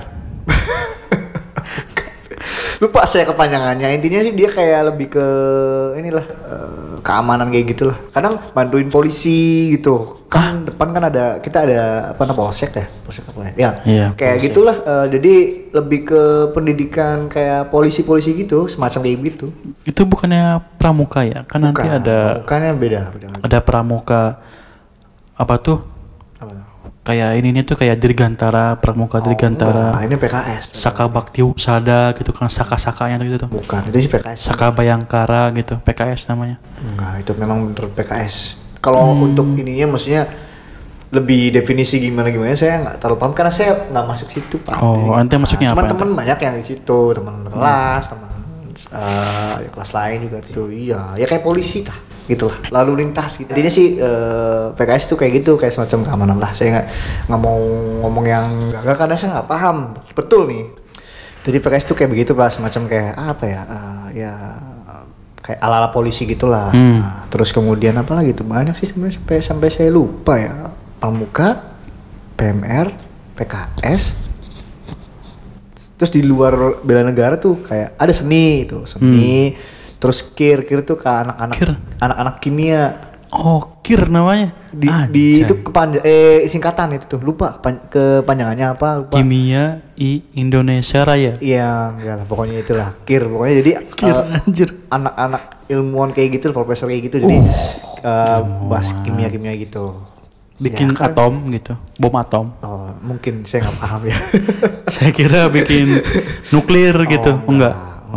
Lupa saya kepanjangannya. Intinya sih dia kayak lebih ke inilah keamanan kayak gitulah. Kadang bantuin polisi gitu. Kan depan kan kita ada apa namanya polsek ya? Polsek apa ya? Ya. Iya, kayak polsek. Gitulah. Jadi lebih ke pendidikan kayak polisi-polisi gitu, semacam kayak gitu. Itu bukannya pramuka ya? Kan bukan, nanti ada. Bukannya beda. Ada pramuka apa tuh? Apa? Kayak ini tuh kayak dirgantara, pramuka dirgantara. Nah, ini PKS. Saka Bakti Usada gitu kan, saka-sakanya gitu tuh. Bukan, itu sih PKS. Saka Bayangkara gitu, PKS namanya. Enggak, itu memang bener PKS. Kalau untuk ininya maksudnya lebih definisi gimana saya nggak terlalu paham karena saya nggak masuk situ Pak. Oh, nanti masuknya apa? Teman-teman banyak yang di situ, teman kelas, teman kelas lain juga itu. Iya, ya kayak polisi lah. Gitu lah, lalu lintas gitu. Intinya sih PKS tuh kayak gitu, kayak semacam keamanan lah. Saya nggak mau ngomong yang gak karena saya nggak paham betul nih. Jadi PKS tuh kayak begitu Pak, semacam kayak apa ya, ya kayak ala-ala polisi gitulah. Nah, terus kemudian apa lagi tuh banyak sih sebenarnya sampai saya lupa ya. Pramuka, PMR, PKS. Terus di luar bela negara tuh kayak ada seni itu, seni. Terus KIR tuh ke anak-anak kimia. Oh, KIR namanya. Di itu singkatan itu tuh. Lupa kepanjangannya apa, lupa. Kimia Indonesia Raya. Iya, enggak lah pokoknya itulah. KIR pokoknya jadi anjir. Anak-anak ilmuwan kayak gitu, profesor kayak gitu jadi bahas kimia gitu. Bikin ya, atom gitu, bom atom. Oh, mungkin saya nggak paham ya. Saya kira bikin nuklir gitu. Enggak.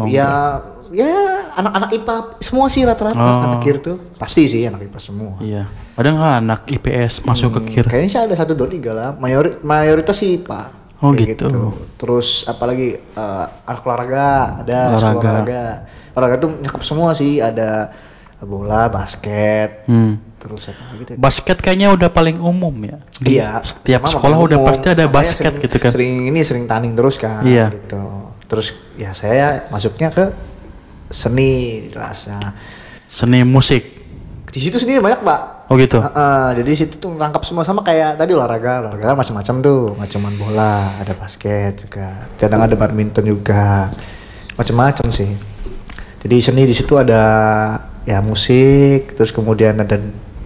Ya anak-anak IPA semua sih rata-rata anak KIR tuh pasti sih anak IPA semua. Iya. Ada nggak anak IPS masuk ke KIR? Kayaknya sih ada 1, 2, 3 lah. Mayoritas sih IPA. Oh gitu. Terus apalagi anak olahraga ada. Olahraga tuh nyakap semua sih, ada bola, basket. Terus apa gitu. Basket kayaknya udah paling umum ya. Iya. Setiap sekolah udah pasti ada basket gitu kan. Sering tanding terus kan. Iya. Gitu. Terus ya saya masuknya ke seni kelasnya. Seni musik. Di situ sendiri banyak Pak. Oh gitu. Jadi situ tuh rangkap semua sama kayak tadi olahraga macam-macam tuh, macaman bola, ada basket juga, kadang ada badminton juga, macam-macam sih. Jadi seni di situ ada ya musik, terus kemudian ada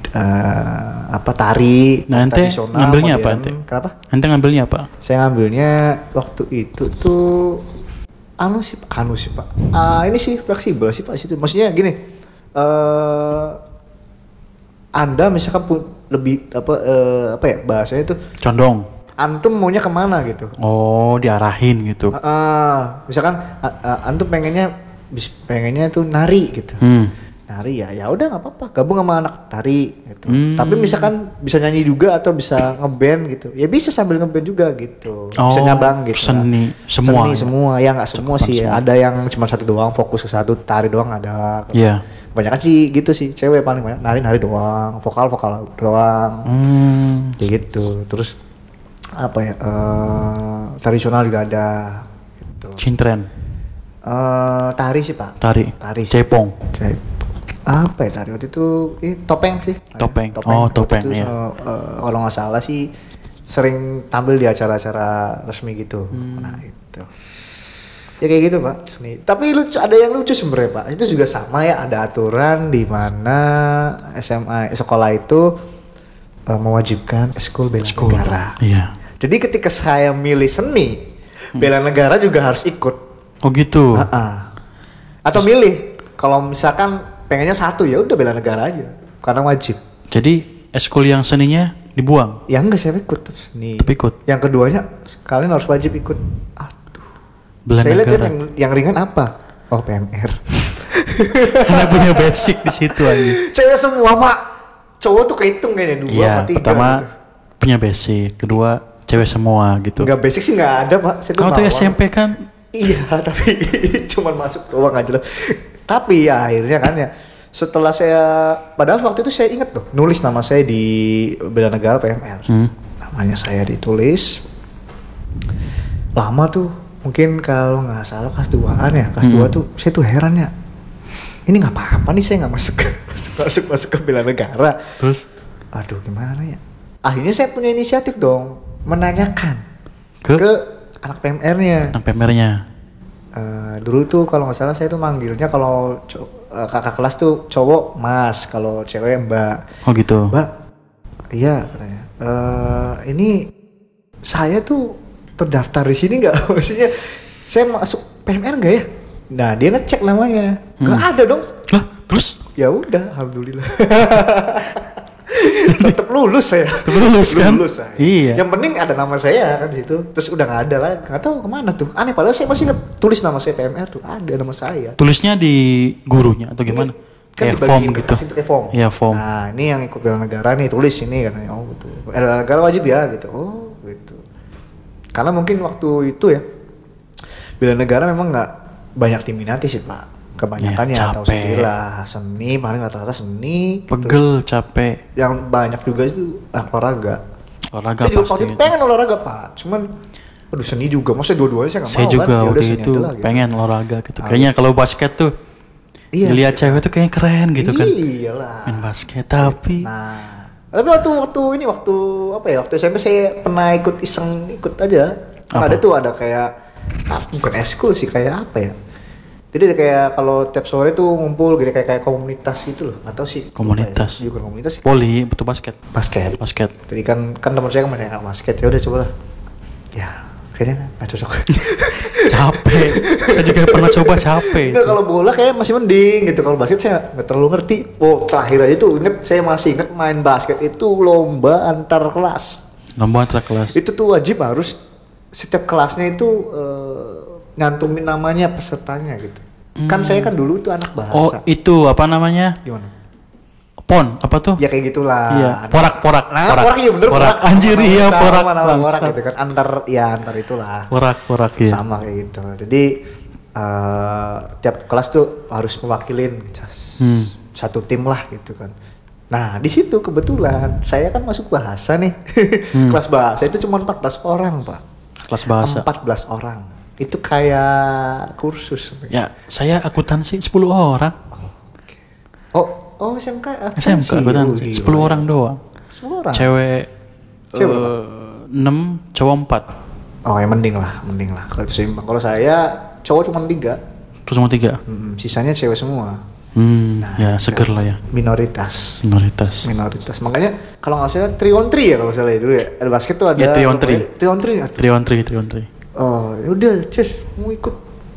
tari. Nah, ente ngambilnya apa ente? Kenapa? Ente ngambilnya apa? Saya ngambilnya waktu itu tuh anu sih Pak. Ini sih fleksibel sih Pak situ. Maksudnya gini. Anda misalkan lebih bahasanya itu condong. Antum maunya kemana gitu? Oh, diarahin gitu. Misalkan antum pengennya tuh nari gitu. Nari ya udah nggak apa-apa, gabung sama anak tari gitu. Tapi misalkan bisa nyanyi juga atau bisa ngeband gitu, ya bisa sambil ngeband juga gitu. Bisa nyabang gitu. Seni semua ya nggak semua sih. Semua. Ada yang cuma satu doang, fokus ke satu, tari doang ada. Iya. Banyak sih gitu sih, cewek paling banyak nari doang, vokal doang. Kayak gitu. Terus tradisional juga ada gitu. Cintren. Tari sih Pak. Tari Cepong. Apa ya tari waktu itu? Topeng sih. Topeng. Ya. Kalau nggak salah sih sering tampil di acara-acara resmi gitu. Nah itu. Ya kayak gitu Pak, seni. Tapi ada yang lucu sebenarnya Pak. Itu juga sama ya, ada aturan di mana sekolah itu mewajibkan eskul bela negara. Iya. Jadi ketika saya milih seni, bela negara juga harus ikut. Oh gitu. Atau milih kalau misalkan pengennya satu ya udah bela negara aja karena wajib. Jadi eskul yang seninya dibuang? Ya enggak, saya ikut terus. Tapi ikut. Yang keduanya kalian harus wajib ikut. Bela saya lihat yang ringan apa? Oh PMR. Karena punya basic di situ aja. Cewek semua Pak. Cowok tuh kehitung kayaknya 2 sama 3. Pertama gitu. Punya basic, kedua cewek semua gitu. Enggak basic sih enggak ada Pak. Kamu tuh SMP kan? Iya tapi cuman masuk doang aja lah. Tapi ya akhirnya kan ya setelah padahal waktu itu saya ingat tuh nulis nama saya di bela negara PMR. Namanya saya ditulis. Lama tuh. Mungkin kalau nggak salah kelas 2-an ya, kelas 2 tuh saya tuh heran ya, ini nggak apa-apa nih saya nggak masuk ke bela negara. Terus, aduh gimana ya? Akhirnya saya punya inisiatif dong, menanyakan ke anak PMR-nya. Anak PMR-nya. Dulu tuh kalau nggak salah saya tuh manggilnya kalau kakak kelas tuh cowok Mas, kalau cewek Mbak. Oh gitu. Mbak, iya katanya. Ini saya tuh terdaftar di sini nggak? Maksudnya saya masuk PMR nggak ya? Nah dia ngecek namanya, nggak ada dong. Lah terus? Ya udah, alhamdulillah. Tetap lulus saya. Lulus kan? Lulus saya. Iya. Yang penting ada nama saya kan di situ. Terus udah nggak ada lagi. Nggak tahu kemana tuh. Aneh. Padahal saya masih tulis nama saya PMR tuh. Ada nama saya. Tulisnya di gurunya atau gimana? Kan kayak form gitu. Form. Iya form. Nah ini yang ikut bela negara nih tulis ini kan. Oh gitu. Bela negara wajib ya gitu. Oh gitu. Karena mungkin waktu itu ya bela negara memang nggak banyak diminati sih Pak, kebanyakannya ya, tahu sendirilah seni, paling rata-rata seni. Pegel, gitu. Capek. Yang banyak juga itu olahraga. Olahraga saya pasti. Juga pengen olahraga Pak, cuman aduh seni juga, maksudnya dua-duanya saya nggak mau. Saya juga kan? waktu itu pengen gitu. Olahraga gitu. Kayaknya kalau basket tuh, dilihat cewek tuh kayaknya keren gitu kan. Iyalah. Main basket tapi. Nah. Tapi waktu SMP saya pernah ikut aja. Ada kayak bukan eskul sih, kayak apa ya? Jadi kayak kalau tiap sore tuh ngumpul gitu kayak komunitas gitu loh. Atau sih komunitas. Juga komunitas sih. Poli, betul basket. Basket. Jadi kan teman saya kan main basket, ya udah cobalah. Ya, kayaknya enggak cocok. Capek. Saya juga pernah coba capek. Enggak, kalau bola kayak masih mending gitu. Kalau basket saya enggak terlalu ngerti. Oh, terakhir aja tuh saya masih ingat main basket itu lomba antar kelas. Lomba antar kelas. Itu tuh wajib harus setiap kelasnya itu nyantumin namanya pesertanya gitu. Kan saya kan dulu tuh anak bahasa. Oh, itu apa namanya? Gimana? Pon, apa tuh? Ya kayak gitulah. Iya. Porak. Nah, porak iya bener. Porak. Anjir iya porak. Porak gitu kan antar itulah. Porak iya. Sama kayak gitu. Jadi tiap kelas tuh harus mewakilin satu tim lah gitu kan. Nah, di situ kebetulan saya kan masuk bahasa nih. Kelas bahasa itu cuma 14 orang, Pak. Kelas bahasa. 14 orang. Itu kayak kursus. Ya, saya akuntansi 10 orang. Oh SMK akuntansi 10 orang doang. 10 orang. Cewek 6, cowok 4. Oh ya mending lah. Kalau itu seimbang. Kalau saya cowok cuma 3. Terus cuma 3. Sisanya cewek semua. Ya seger lah ya. Minoritas. Makanya kalau nggak salah 3-on-3 ya kalau salah itu ya. Ada basket tuh ada. Ya 3-on-3. 3-on-3. Oh ya udah, Ces mau ikut.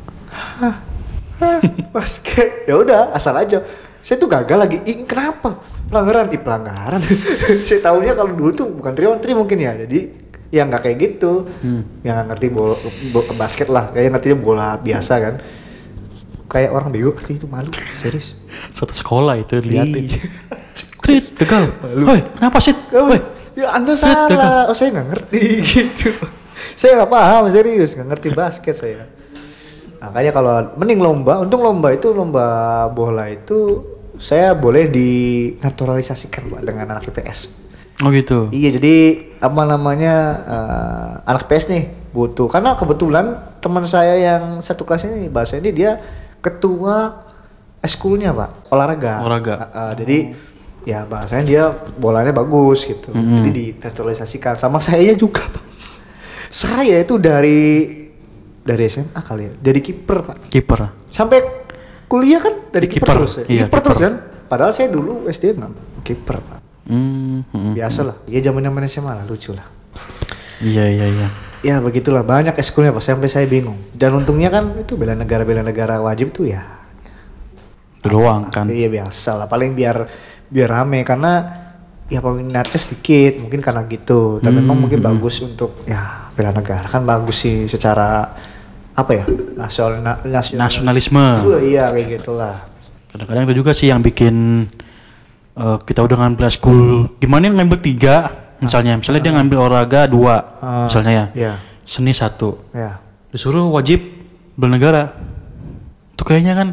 Basket. Ya udah, asal aja. Saya tuh gagal lagi. Kenapa? Pelanggaran. Saya tahunya kalau dulu tuh bukan 3-on-3 mungkin ya. Jadi ya nggak kayak gitu. Yang nggak ngerti bola basket lah. Kayak ngertinya bola biasa kan. Kayak orang bego pasti itu malu. Serius. Satu sekolah itu dilihatin. Trit, gagal. Woi, kenapa sih? Woi, ya Anda salah. Gagal. Oh saya nggak ngerti gitu. Saya nggak paham serius, nggak ngerti basket saya. Makanya kalau mending lomba, untung lomba bola itu saya boleh dinaturalisasikan Pak dengan anak IPS. Oh gitu. Iya, jadi apa namanya anak IPS nih butuh, karena kebetulan teman saya yang satu kelas ini bahasa ini dia ketua eskulnya Pak, olahraga. Jadi ya bahasanya dia bolanya bagus gitu. Jadi dinaturalisasikan sama saya juga Pak. Saya itu dari SMA kali ya, jadi kiper Pak. Kiper. Sampai kuliah kan dari kiper terus ya. Iya, kiper terus kan. Padahal saya dulu SD nggak kiper Pak. Biasa lah. Ya zaman SMA lah, lucu lah. Iya. Ya begitulah, banyak eskulnya Pak, sampai saya bingung. Dan untungnya kan itu bela negara wajib tuh ya. Doang kan. Iya biasa lah, paling biar rame karena ya peminatnya sedikit, mungkin karena gitu. Dan memang mungkin bagus untuk ya bela negara kan bagus sih secara apa ya, nasionalisme. Iya kayak gitulah. Kadang-kadang itu juga sih yang bikin kita udah ngambil school, gimana ngambil 3 misalnya dia ngambil olahraga 2 misalnya ya, seni 1 disuruh wajib bela negara, itu kayaknya kan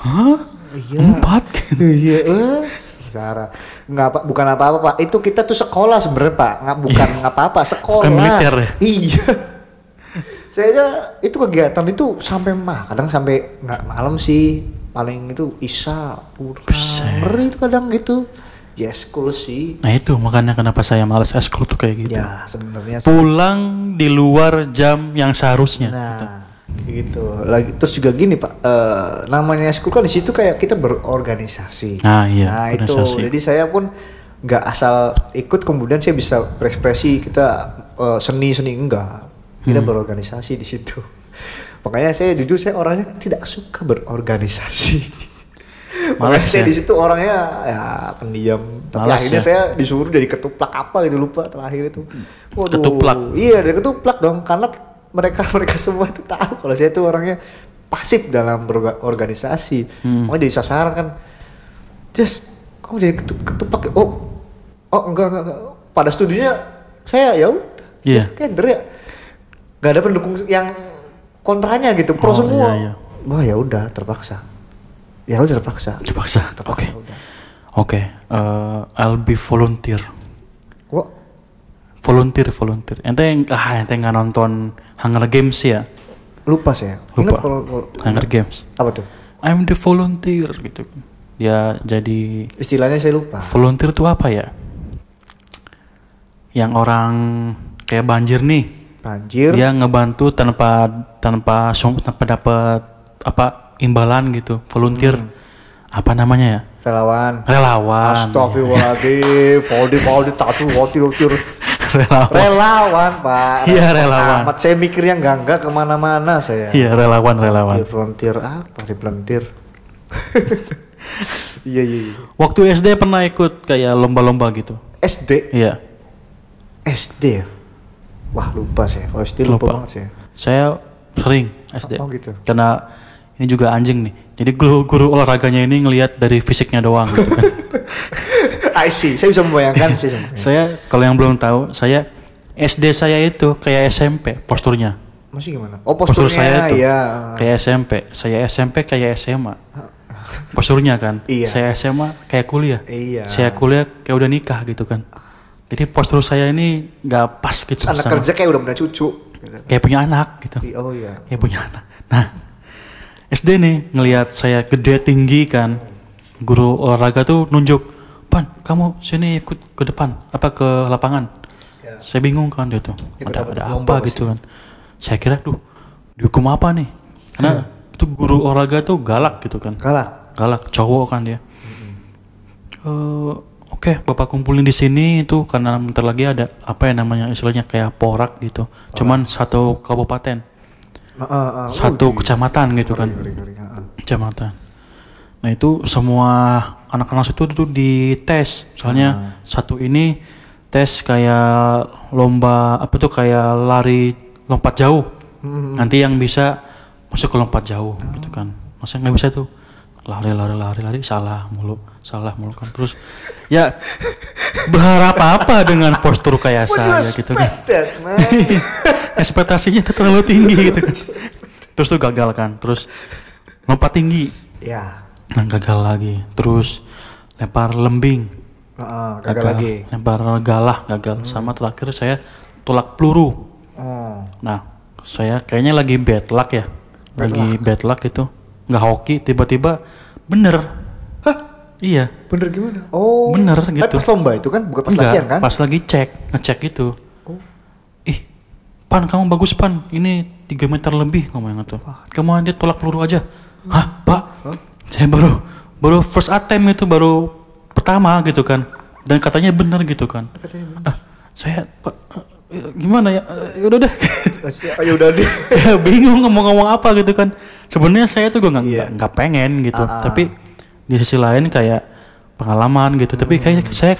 4 gitu. Iya Sarah, bukan apa-apa Pak, itu kita tuh sekolah sebenarnya Pak, bukan apa-apa, sekolah. Bukan militer ya? Iya. Saya aja itu kegiatan itu sampai kadang sampai nggak malam sih, paling itu Isya, ngeri itu kadang gitu. Ya school sih. Nah itu makanya kenapa saya malas school tuh kayak gitu. Ya sebenarnya. Pulang di luar jam yang seharusnya. Nah. Gitu. Lagi terus juga gini Pak, namanya school kan di situ kayak kita berorganisasi. Nah itu. Jadi saya pun nggak asal ikut kemudian saya bisa berekspresi kita seni enggak. Kita berorganisasi di situ. Makanya saya jujur saya orangnya tidak suka berorganisasi. Malah saya di situ orangnya ya pendiam. Tapi akhirnya saya disuruh jadi ketuplak apa gitu, lupa terakhir itu. Waduh. Ketuplak. Iya, dari ketuplak dong, karena mereka semua itu tahu kalau saya tuh orangnya pasif dalam berorganisasi. Makanya jadi sasaran kan. Just kamu jadi ketuplak. Oh enggak. Pada studinya saya ya udah. Kayak ya. Gak ada pendukung yang kontranya gitu, pro semua. Iya. Wah ya udah terpaksa. Oke. I'll be volunteer. What? Volunteer. Ente nggak nonton Hunger Games ya? Lupa saya. Lupa. Hunger Games. Apa tuh? I'm the volunteer gitu. Ya jadi. Istilahnya saya lupa. Volunteer tuh apa ya? Yang orang kayak banjir nih. Dia ngebantu tanpa dapat imbalan gitu. Volunteer. Apa namanya ya? Relawan. Astagfirullahaladzim. Relawan Pak. Iya relawan. Amat saya mikirnya enggak kemana-mana saya. Iya relawan. Volunteer apa? Volunteer. Iya. Waktu SD pernah ikut kayak lomba-lomba gitu. SD? Iya. SD. Wah lupa saya. Kalau SD lupa banget saya. Saya sering SD. Oh gitu. Karena ini juga anjing nih. Jadi guru olahraganya ini ngelihat dari fisiknya doang gitu kan. I see. Saya bisa membayangkan sih. Saya kalau yang belum tahu, saya SD saya itu kayak SMP posturnya. Masih gimana? Oh postur saya itu ya. Kayak SMP. Saya SMP kayak SMA. Posturnya kan. Iya. Saya SMA kayak kuliah. Iya. Saya kuliah kayak udah nikah gitu kan. Jadi postur saya ini nggak pas gitu. Anak kerja kayak udah punya cucu. kayak punya anak gitu. Oh iya. Kayak punya anak. Nah, SD nih ngelihat saya gede tinggi kan, guru olahraga tuh nunjuk, "Pan, kamu sini ikut ke depan, apa ke lapangan." Ya. Saya bingung kan dia tuh, ada apa gitu kan. Saya kira, dihukum apa nih? Karena itu guru olahraga tuh galak gitu kan. Galak, cowok kan dia. Oke, Bapak kumpulin di sini itu karena bentar lagi ada apa ya namanya istilahnya kayak porak gitu. Cuman satu kabupaten, satu kecamatan gitu kan. Kecamatan. Nah itu semua anak-anak itu tuh dites. Soalnya satu ini tes kayak lomba apa tuh kayak lari lompat jauh. Nanti yang bisa masuk ke lompat jauh gitu kan. Masa nggak bisa tuh lari salah mulu kan. Terus ya berharap apa dengan postur kayak saya gitu kan. Ekspektasinya tuh terlalu tinggi gitu kan. Terus tuh gagal kan. Terus lompat tinggi. Ya. Nah gagal lagi. Terus lempar lembing. Gagal lagi. Lempar galah gagal. Sama terakhir saya tolak peluru. Nah saya kayaknya lagi bad luck ya. Bad luck itu. Nggak hoki, tiba-tiba bener. Hah? Iya. Bener gimana? Oh. Bener gitu. Pas lomba itu kan, bukan pas latihan kan? Pas lagi ngecek gitu. Ih, Pan kamu bagus Pan, ini 3 meter lebih ngomongnya tuh. Kamu nanti tolak peluru aja. Hah Pak? Saya baru first attempt itu, baru pertama gitu kan. Dan katanya bener gitu kan. Saya Pak, gimana ya? Udah deh. Ya udah deh. Ya bingung ngomong apa gitu kan. Sebenarnya saya tuh nggak pengen gitu. Tapi di sisi lain kayak pengalaman gitu. Tapi saya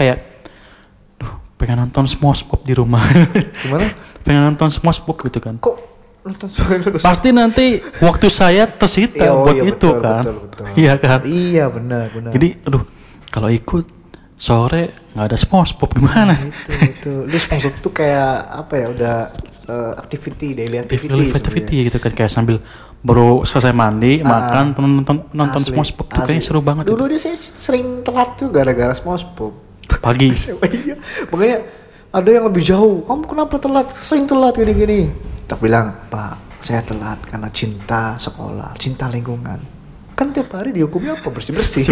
pengen nonton SpongeBob di rumah. Gimana? Pengen nonton SpongeBob gitu kan. Kok nonton SpongeBob? Pasti nanti waktu saya tersita buat itu betul, kan. Betul. Iya kan? Iya benar. Jadi kalau ikut sore nggak ada SpongeBob gimana? Itu. Lu SpongeBob tuh kayak apa ya? Udah daily activity gitu kan, kayak sambil baru selesai mandi, makan, nonton SpongeBob tuh kayaknya seru banget. Dulu dia saya sering telat tuh gara-gara SpongeBob. Pagi. Iya. Makanya ada yang lebih jauh. Kamu kenapa telat? Sering telat gini-gini. Tak bilang, Pak, saya telat karena cinta sekolah, cinta lingkungan. Kan tiap hari dihukumnya apa? Bersih-bersih.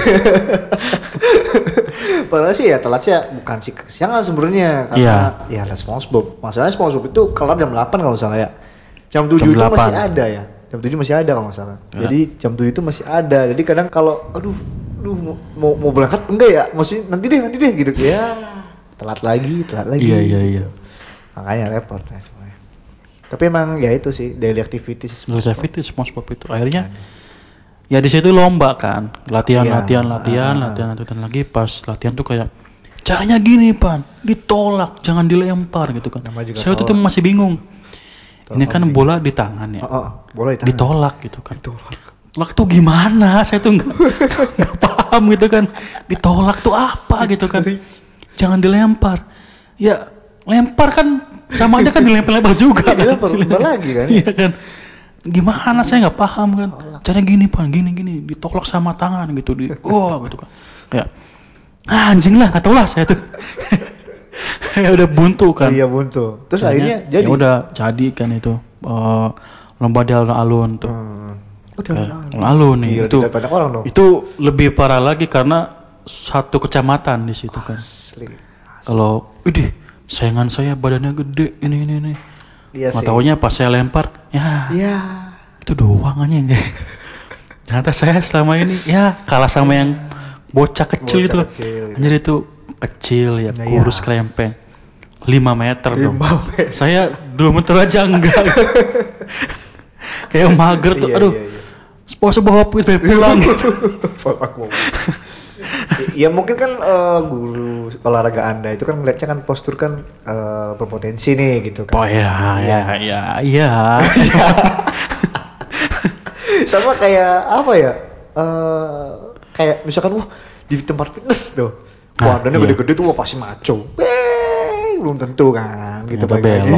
Padahal sih ya telat sih ya bukan sih kesiangan sebenarnya karena ya ada SpongeBob. Masalahnya SpongeBob itu kelar jam 8 kalau nggak salah ya. Jam 7 itu masih ada ya. Jam 7 masih ada kalau nggak salah. Ya. Jadi jam 7 itu masih ada. Jadi kadang kalau mau berangkat enggak ya? Masih nanti deh gitu ya. Telat lagi. Iya. Makanya repot ya semuanya. Tapi emang ya itu sih daily activities SpongeBob itu akhirnya ya di situ lomba kan, latihan lagi. Pas latihan tuh kayak caranya gini Pan, ditolak, jangan dilempar gitu kan. Saya waktu itu masih bingung. Ini kan bola di tangan ya, bola di tangan. Ditolak gitu kan. Tolak tuh gimana? Saya tuh nggak paham gitu kan. Ditolak tuh apa gitu kan? Jangan dilempar. Ya lempar kan sama aja kan dilempar juga. Dilempar lagi kan? Iya kan. Gimana saya nggak paham kan, caranya gini Pan, gini ditolak sama tangan gitu gitu kan, kayak anjing lah, nggak tahu lah saya tuh. Ya udah buntu kan. Iya buntu. Terus akhirnya jadi. Ya udah jadi kan itu lomba di alun-alun tuh. Alun nih itu lebih parah lagi karena satu kecamatan di situ kan. Kalau sayangan saya badannya gede ini. Iya sih. Taunya pas saya lempar, itu doang aja enggak. Ternyata saya selama ini kalah sama yang bocah kecil itu. Anjir itu kecil ya, kurus krempeng. 5 meter dong. Saya 2 meter aja enggak. Kayak mager tuh. Aduh. SpongeBob pulang gitu. Ya mungkin kan guru olahraga Anda itu kan melihatnya kan postur kan berpotensi nih gitu kan. Oh iya. Sama kayak apa ya? Kayak misalkan di tempat fitness tuh. Badannya gede-gede tuh pasti maco. Belum tentu kan gitu belok.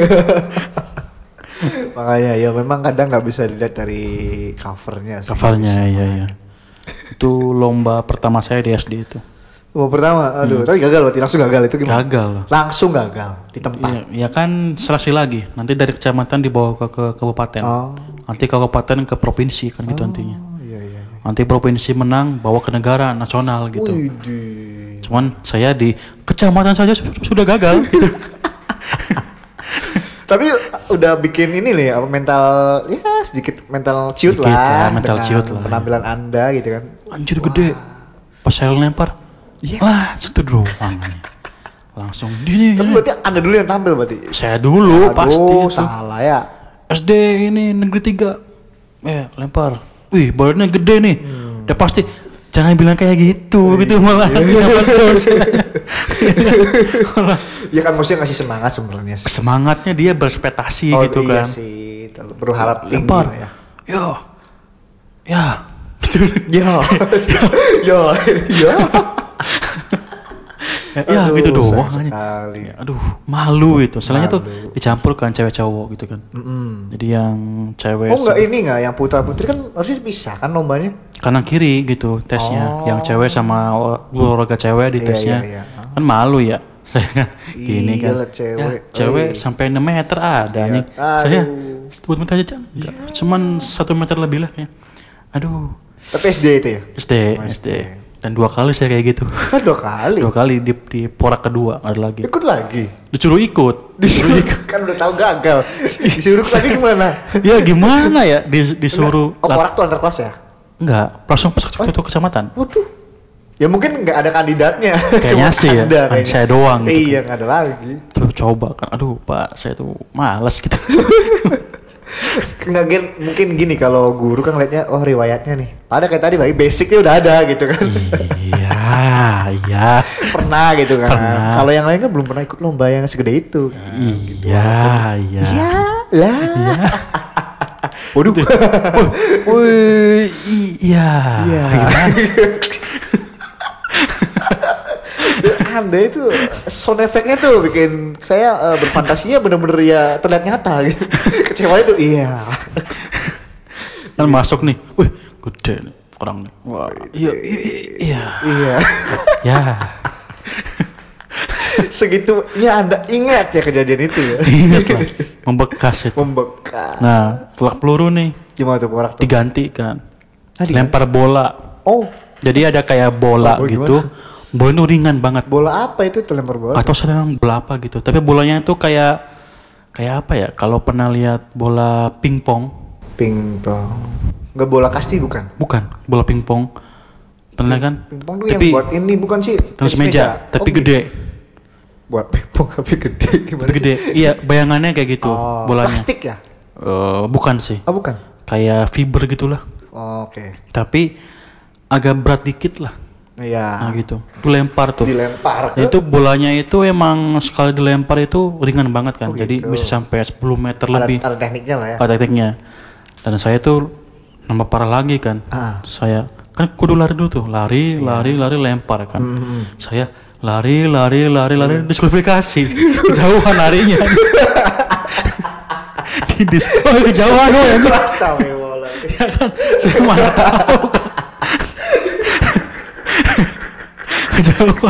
Makanya ya memang kadang nggak bisa dilihat dari covernya. Iya. Itu lomba pertama saya di SD itu. Babak pertama, aduh, tapi gagal berarti, langsung gagal itu gimana? Gagal. Langsung gagal di tempat. Ya kan seleksi lagi. Nanti dari kecamatan dibawa ke kabupaten. Nanti kabupaten ke provinsi kan gitu nantinya. Iya. Nanti provinsi menang bawa ke negara nasional gitu. Widih. Cuman saya di kecamatan saja sudah gagal gitu. Tapi udah bikin ini nih mental ya sedikit mental ciut Dikit lah. ya, mental ciut lah. Penampilan Anda gitu kan. Anjir gede. Pas saya lempar. Iya. Wah, itu doang. Langsung gini. Tapi berarti Anda dulu yang tampil berarti. Saya dulu pasti itu. Salah ya. SD ini negeri 3. Lempar. Wih, badannya gede nih. Udah pasti jangan bilang kayak gitu gitu malah. Ya kan maksudnya ngasih semangat sebenarnya. Semangatnya dia berekspektasi gitu iya kan. Sih, berharap tinggi Lempar. lah ya. Ya. Gitu. Ya. Ya gitu doang aja. Sekali. Aduh, malu itu. Selainnya tuh dicampurkan cewek cowok gitu kan. Jadi yang cewek enggak yang putra-putri kan harusnya dipisah kan lombanya. kanan kiri gitu tesnya. Yang cewek sama olahraga cewek di tesnya. Iya. Kan malu ya. Saya kan gini kan. Cewek sampai 6 meter ada nih. Saya 1 meter aja enggak. Cuman 1 meter lebih lah ya. Aduh. Tapi SD itu ya? SD. Dan 2 kali saya kayak gitu. 2 kali? 2 kali di porak kedua ada lagi. Ikut lagi? Disuruh ikut. Kan udah tahu gagal. Disuruh lagi gimana? Ya gimana ya disuruh. Porak tuh antar kelas ya? Enggak, langsung ke kecamatan. Waduh. Ya mungkin nggak ada kandidatnya. Kayaknya sih ya, saya doang gitu. Iya, nggak ada lagi. Tuh coba kan, aduh Pak, saya tuh malas gitu. Nggak, mungkin gini kalau guru kan ngeliatnya, oh riwayatnya nih. Pada kayak tadi, basicnya udah ada gitu kan. Iya. Pernah gitu kan. Pernah. Kalau yang lain kan belum pernah ikut lomba yang segede itu. Iya. Iya lah. Waduh. Wih, iya. Anda itu sound effect-nya tuh bikin saya berfantasinya bener-bener ya terlihat nyata gitu. Kecewa itu iya. Kan masuk nih, wih gede nih orang nih. Wah, iya. Ya. Segitunya Anda ingat ya kejadian itu ya? Ingat lah, membekas itu. Nah, telak peluru nih. Gimana tuh orang tuh? Diganti kan. Lempar bola. Oh. Jadi ada kayak bola gitu. Bola itu ringan banget. Bola apa itu lempar bola? Atau sedang bola apa gitu. Tapi bolanya itu kayak apa ya? Kalau pernah lihat bola pingpong. Nggak bola kasti bukan? Bukan, bola pingpong. Pernah kan? Pingpong tuh yang buat ini bukan sih? Tenis meja, tapi gede. Buat pingpong tapi gede gimana? Tapi gede. Iya, bayangannya kayak gitu bolanya. Plastik ya? Bukan sih. Oh, bukan. Kayak fiber gitulah. Oke. Tapi agak berat dikit lah. Iya. Nah gitu. Dilempar tuh. Dilempar. Itu bolanya itu emang sekali dilempar itu ringan banget kan. Jadi bisa sampai 10 meter lebih. Ada tekniknya lah ya. Ada tekniknya. Dan saya tuh nambah parah lagi kan. Saya kan kudu lari dulu tuh. Lari lempar kan. Saya lari diskualifikasi. Kejauhan larinya. Kejauhan loh ya. Ya kan. Saya mana tahu kan. Kejauhan.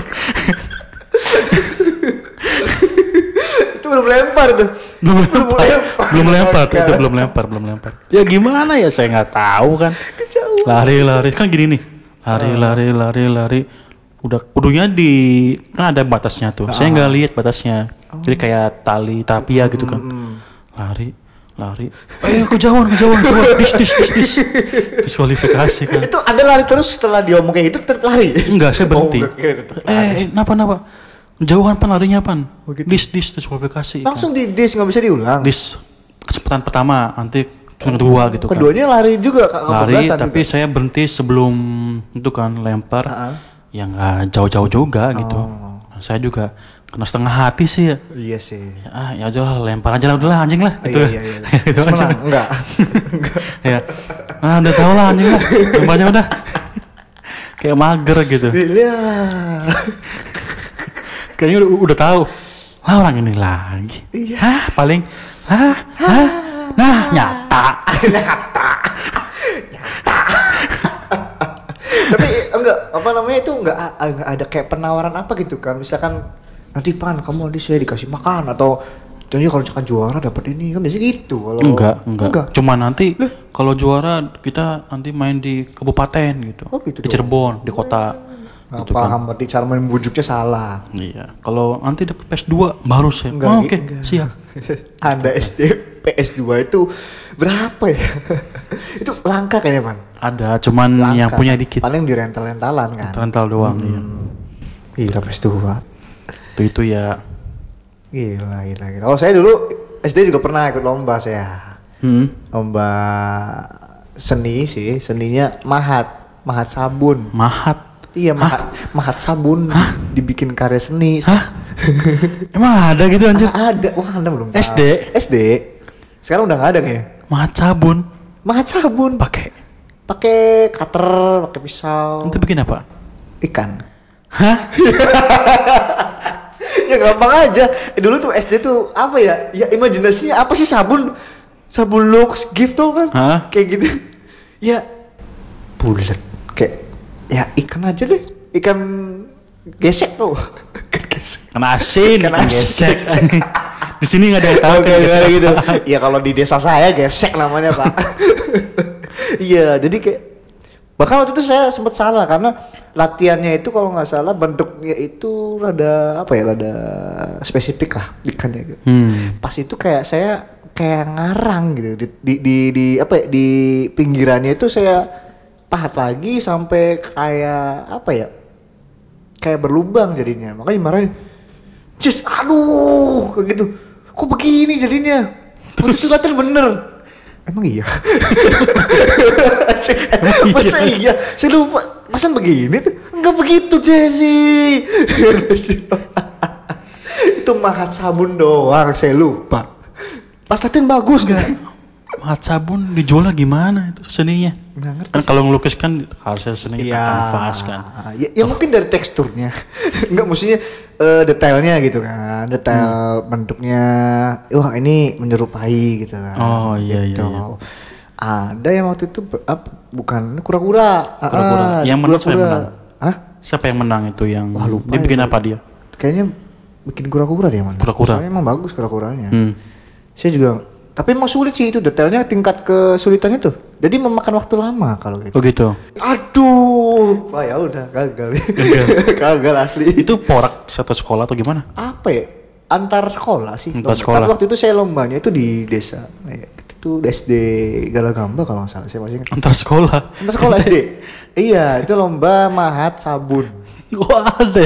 Itu belum lempar tuh. Belum lempar. Ya gimana ya, saya nggak tahu kan. Lari kan gini nih. Lari. Udah kudunya kan ada batasnya tuh. Saya nggak lihat batasnya. Jadi kayak tali tapia gitu kan. Lari. Kejauhan. Dis. Diskualifikasi kan. Itu Anda lari terus setelah diomong kayak gitu lari? Enggak, saya berhenti. Kenapa? Jauhan pan larinya pan. Dis diskualifikasi. Langsung di dis, nggak bisa diulang. Dis kesempatan pertama, nanti kedua gitu kan. Keduanya lari juga lari, tapi saya berhenti sebelum itu kan lempar. Yang nggak jauh-jauh juga gitu. Nah, saya juga kena setengah hati sih ya. Iya sih. Ya aja lempar aja lah, udahlah anjing lah gitu. Iya. Menang enggak. Ya. Udah tahu lah anjing lah. Lemparnya udah. Kayak mager gitu. Iya. Kayaknya udah tahu. Orang ini lagi. Iya. Paling nyata. Tapi enggak apa namanya itu enggak ada kayak penawaran apa gitu kan. Misalkan nanti Pan kamu nanti saya dikasih makan atau jadi kalau misalkan juara dapat ini kan biasanya gitu. Kalau enggak. Cuma nanti kalau juara kita nanti main di kabupaten gitu. Oh, gitu di Cirebon, di kota. Gitu paham, berarti cara membujuknya salah. Iya. Kalau nanti dapat PS2 baru saya. Oke, siap. Anda SD PS2 itu berapa ya? Itu langka kayaknya, Pan. Ada, cuman langka. Yang punya dikit. Paling di rental-rentalan kan. Rental doang, iya. Gila PS2. Itu ya. Gila. Oh, saya dulu SD juga pernah ikut lomba saya. Lomba seni sih, seninya mahat sabun. Mahat? Iya, mahat sabun. Dibikin karya seni. Emang ada gitu anjir? Ada. Wah, Anda belum tahu. SD. Sekarang udah nggak ada kayaknya. Mahat sabun. Pakai cutter, pakai pisau. Itu bikin apa? Ikan. Hah? Ya gampang aja. Dulu tuh SD tuh apa ya? Ya imajinasinya apa sih sabun Lux gift tuh kan? Kayak gitu. Ya bulat kayak ya ikan aja deh. Ikan gesek tuh. Ikan asin, ikan gesek. Di sini nggak ada yang tahu gesek gitu. Ya kalau di desa saya gesek namanya, Pak. Iya, jadi kayak bahkan waktu itu saya sempat salah karena latihannya itu kalau nggak salah bentuknya itu rada spesifik lah ikannya gitu. Pas itu kayak saya kayak ngarang gitu di pinggirannya itu saya pahat lagi sampai kayak berlubang jadinya. Makanya marahin, "Jis, aduh, kayak gitu. Kok begini jadinya?" Waktu itu latihan bener. Emang iya? Masa iya? Saya lupa. Masa begini tuh? Enggak begitu, Jesse. Itu mahat sabun doang, saya lupa. Pas latihan bagus gak? Mahat sabun dijual gimana itu seninya? Nggak ngerti. Kan kalau ngelukis kan harusnya seninya kanvas kan. Ya mungkin dari teksturnya. Enggak, maksudnya detailnya gitu kan. Detail bentuknya. Wah, ini menyerupai gitu kan. Oh iya gitu. Iya. Ada yang waktu itu bukan kura-kura. Yang menang siapa yang menang? Hah? Siapa yang menang itu yang? Wah, lupa. Dia bikin apa dia? Kayaknya bikin kura-kura dia mana? Kura-kura. Soalnya emang bagus kura-kuranya. Saya juga. Tapi emang sulit sih itu, detailnya tingkat kesulitannya tuh. Jadi memakan waktu lama kalau gitu. Oh gitu. Aduh. Wah, ya udah gagal. Gagal asli. Itu porak satu sekolah atau gimana? Apa ya? Antar sekolah sih. Antar sekolah. Tapi waktu itu saya lombanya itu di desa. Itu SD Galagamba kalau nggak salah, saya masih ingat. Antar sekolah. Antar sekolah SD. Iya, itu lomba mahat sabun. Wah, ada.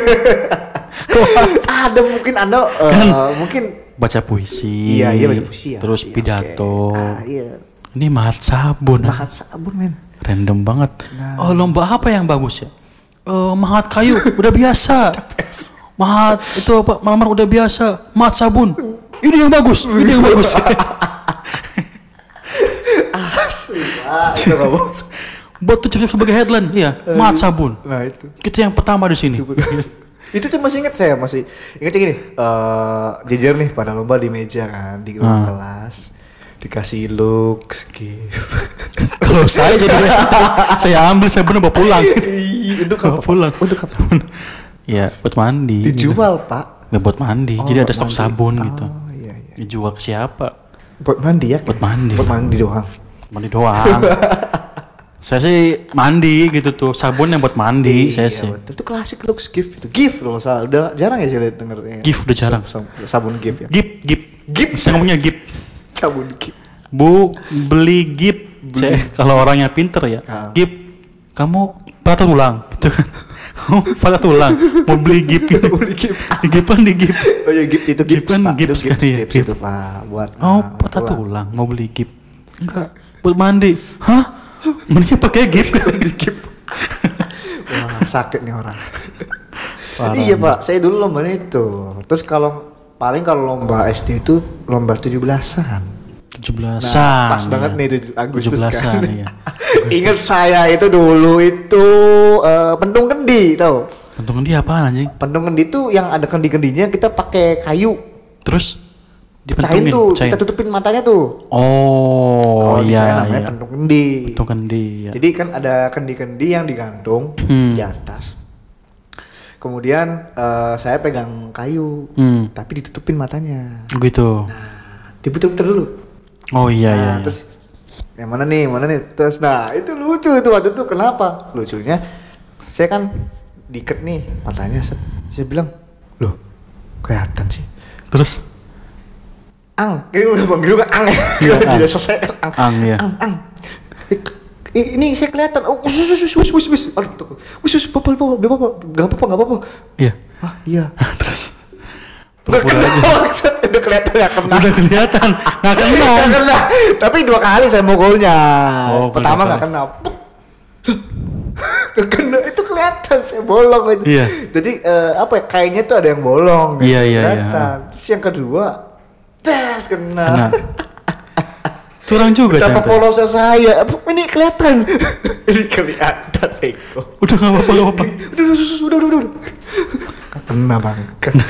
Ada mungkin Anda mungkin baca puisi. Iya, baca puisi ya. Terus pidato. Okay. Iya. Ini mahat sabun. Mahat sabun, men. Random banget. Oh, lomba apa yang bagus ya? Mahat kayu udah biasa. Mahat itu apa? Malamar udah biasa. Mahat sabun. Ini yang bagus. Ini yang bagus. Asli, Pak. Itu bagus. Buat tuh sebagai headline, iya. Mahat sabun. Nah, itu. Kita yang pertama di sini. Itu tuh masih ingat ingatnya gini, jajar nih pada lomba di meja kan di ruang kelas dikasih Lux gift. Kalau saya jadi saya ambil sabun bawa pulang. Untuk apa? Pulang. Untuk apa? Ya buat mandi. Dijual gitu. Pak? Ya buat mandi. Jadi ada stok sabun gitu. Iya. Dijual ke siapa? Buat mandi ya? Buat mandi. Buat mandi doang. Mandi doang. Saya sih mandi gitu tuh, sabun yang buat mandi. Saya sih. Betul. Itu klasik Lux gift itu. Gift kalau salah. Udah jarang ya saya denger. Gift udah jarang. Sabun gift ya. Gift. Saya ngomongnya gift. Sabun gift. Bu, beli gift. Kalau orangnya pinter ya. Gift. Kamu patah tulang gitu kan. Kamu patah tulang. Mau beli gift gitu. Gift. Oh ya gift itu gift kan gift sekali ya. Gift itu Pak buat. Oh, patah tulang mau beli gift. Enggak, buat mandi. Hah? Mending pakai gift. Wah, sakit nih orang. Iya Pak, saya dulu lombanya itu. Terus kalau lomba SD itu lomba 17-an. Nah, pas banget nih 7 Agustus 17-an, kan. Iya. Ingat saya itu dulu itu pentung kendi, tahu? Pentung kendi apaan anjing? Pentung kendi itu yang ada kendi-kendinya kita pakai kayu. Terus dipecahin tuh, kita tutupin matanya tuh. Oh, iya. Namanya pentung kendi. Pentung kendi. Ya. Jadi kan ada kendi-kendi yang digantung di atas. Kemudian saya pegang kayu, tapi ditutupin matanya. Gitu. Nah, diputer-puter dulu. Oh iya. Terus yang mana nih? Terus, nah itu lucu itu waktu itu. Kenapa? Lucunya, saya kan diikat nih matanya. Saya bilang, loh, kelihatan sih. Terus? Ini udah panggil juga Ang ya. Iya, tidak selesai Ang. Ang ya. Ang. Ini saya kelihatan. Oh, wus. Aduh, wus, bapak, nggak apa-apa. Iya. Ah, iya. Terus? Udah kelihatan nggak kena. Nggak kena. Tapi 2 kali saya mukulnya. Pertama nggak kena. Nggak kena, itu kelihatan saya bolong aja. Iya. Jadi kayaknya tuh ada yang bolong. Iya. Terus yang kedua, tes kena. Curang juga. Betapa polosnya saya. Ini kelihatan. Ini kelihatan, Eko. Udah nggak apa-apa. Udah. Kena banget.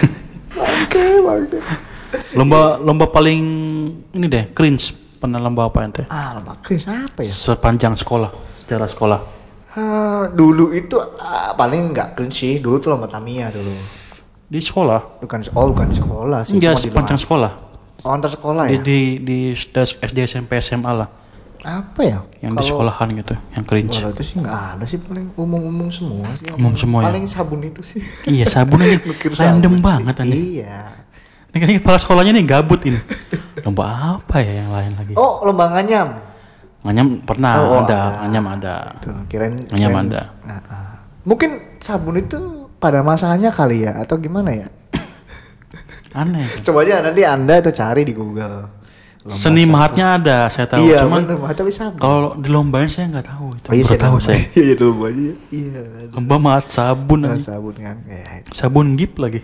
Bangke. Lomba paling ini deh, cringe. Pernah lomba apa ente? Lomba cringe apa ya? Sepanjang sekolah, sejarah sekolah. Dulu itu paling nggak cringe sih. Dulu tuh lomba Tamiya dulu. Di sekolah? Bukan sekolah sih. Enggak, sepanjang sekolah. Antar sekolah ya? Di SD, SMP, SMA lah. Apa ya? Yang di sekolahan gitu, yang cringe. Kalau itu sih nggak ada sih, paling umum semua sih. Umum semua ya? Paling sabun itu sih. Iya, sabun ini random banget ini. Iya. Ini kayaknya kepala sekolahnya nih gabut ini. Lomba apa ya yang lain lagi? Oh, lomba nganyam. Nganyam pernah ada. Nganyam ada. Tuh, kirain ada. Mungkin sabun itu pada masanya kali ya, atau gimana ya? Aneh. Coba aja nanti Anda itu cari di Google. Seni mahatnya ada, saya tahu. Iya, cuman kalau dilombain saya nggak tahu itu. Saya tahu saya. Iya, lomba aja. Iya. Lomba mahat sabun aja. Sabun kan. Sabun gip lagi.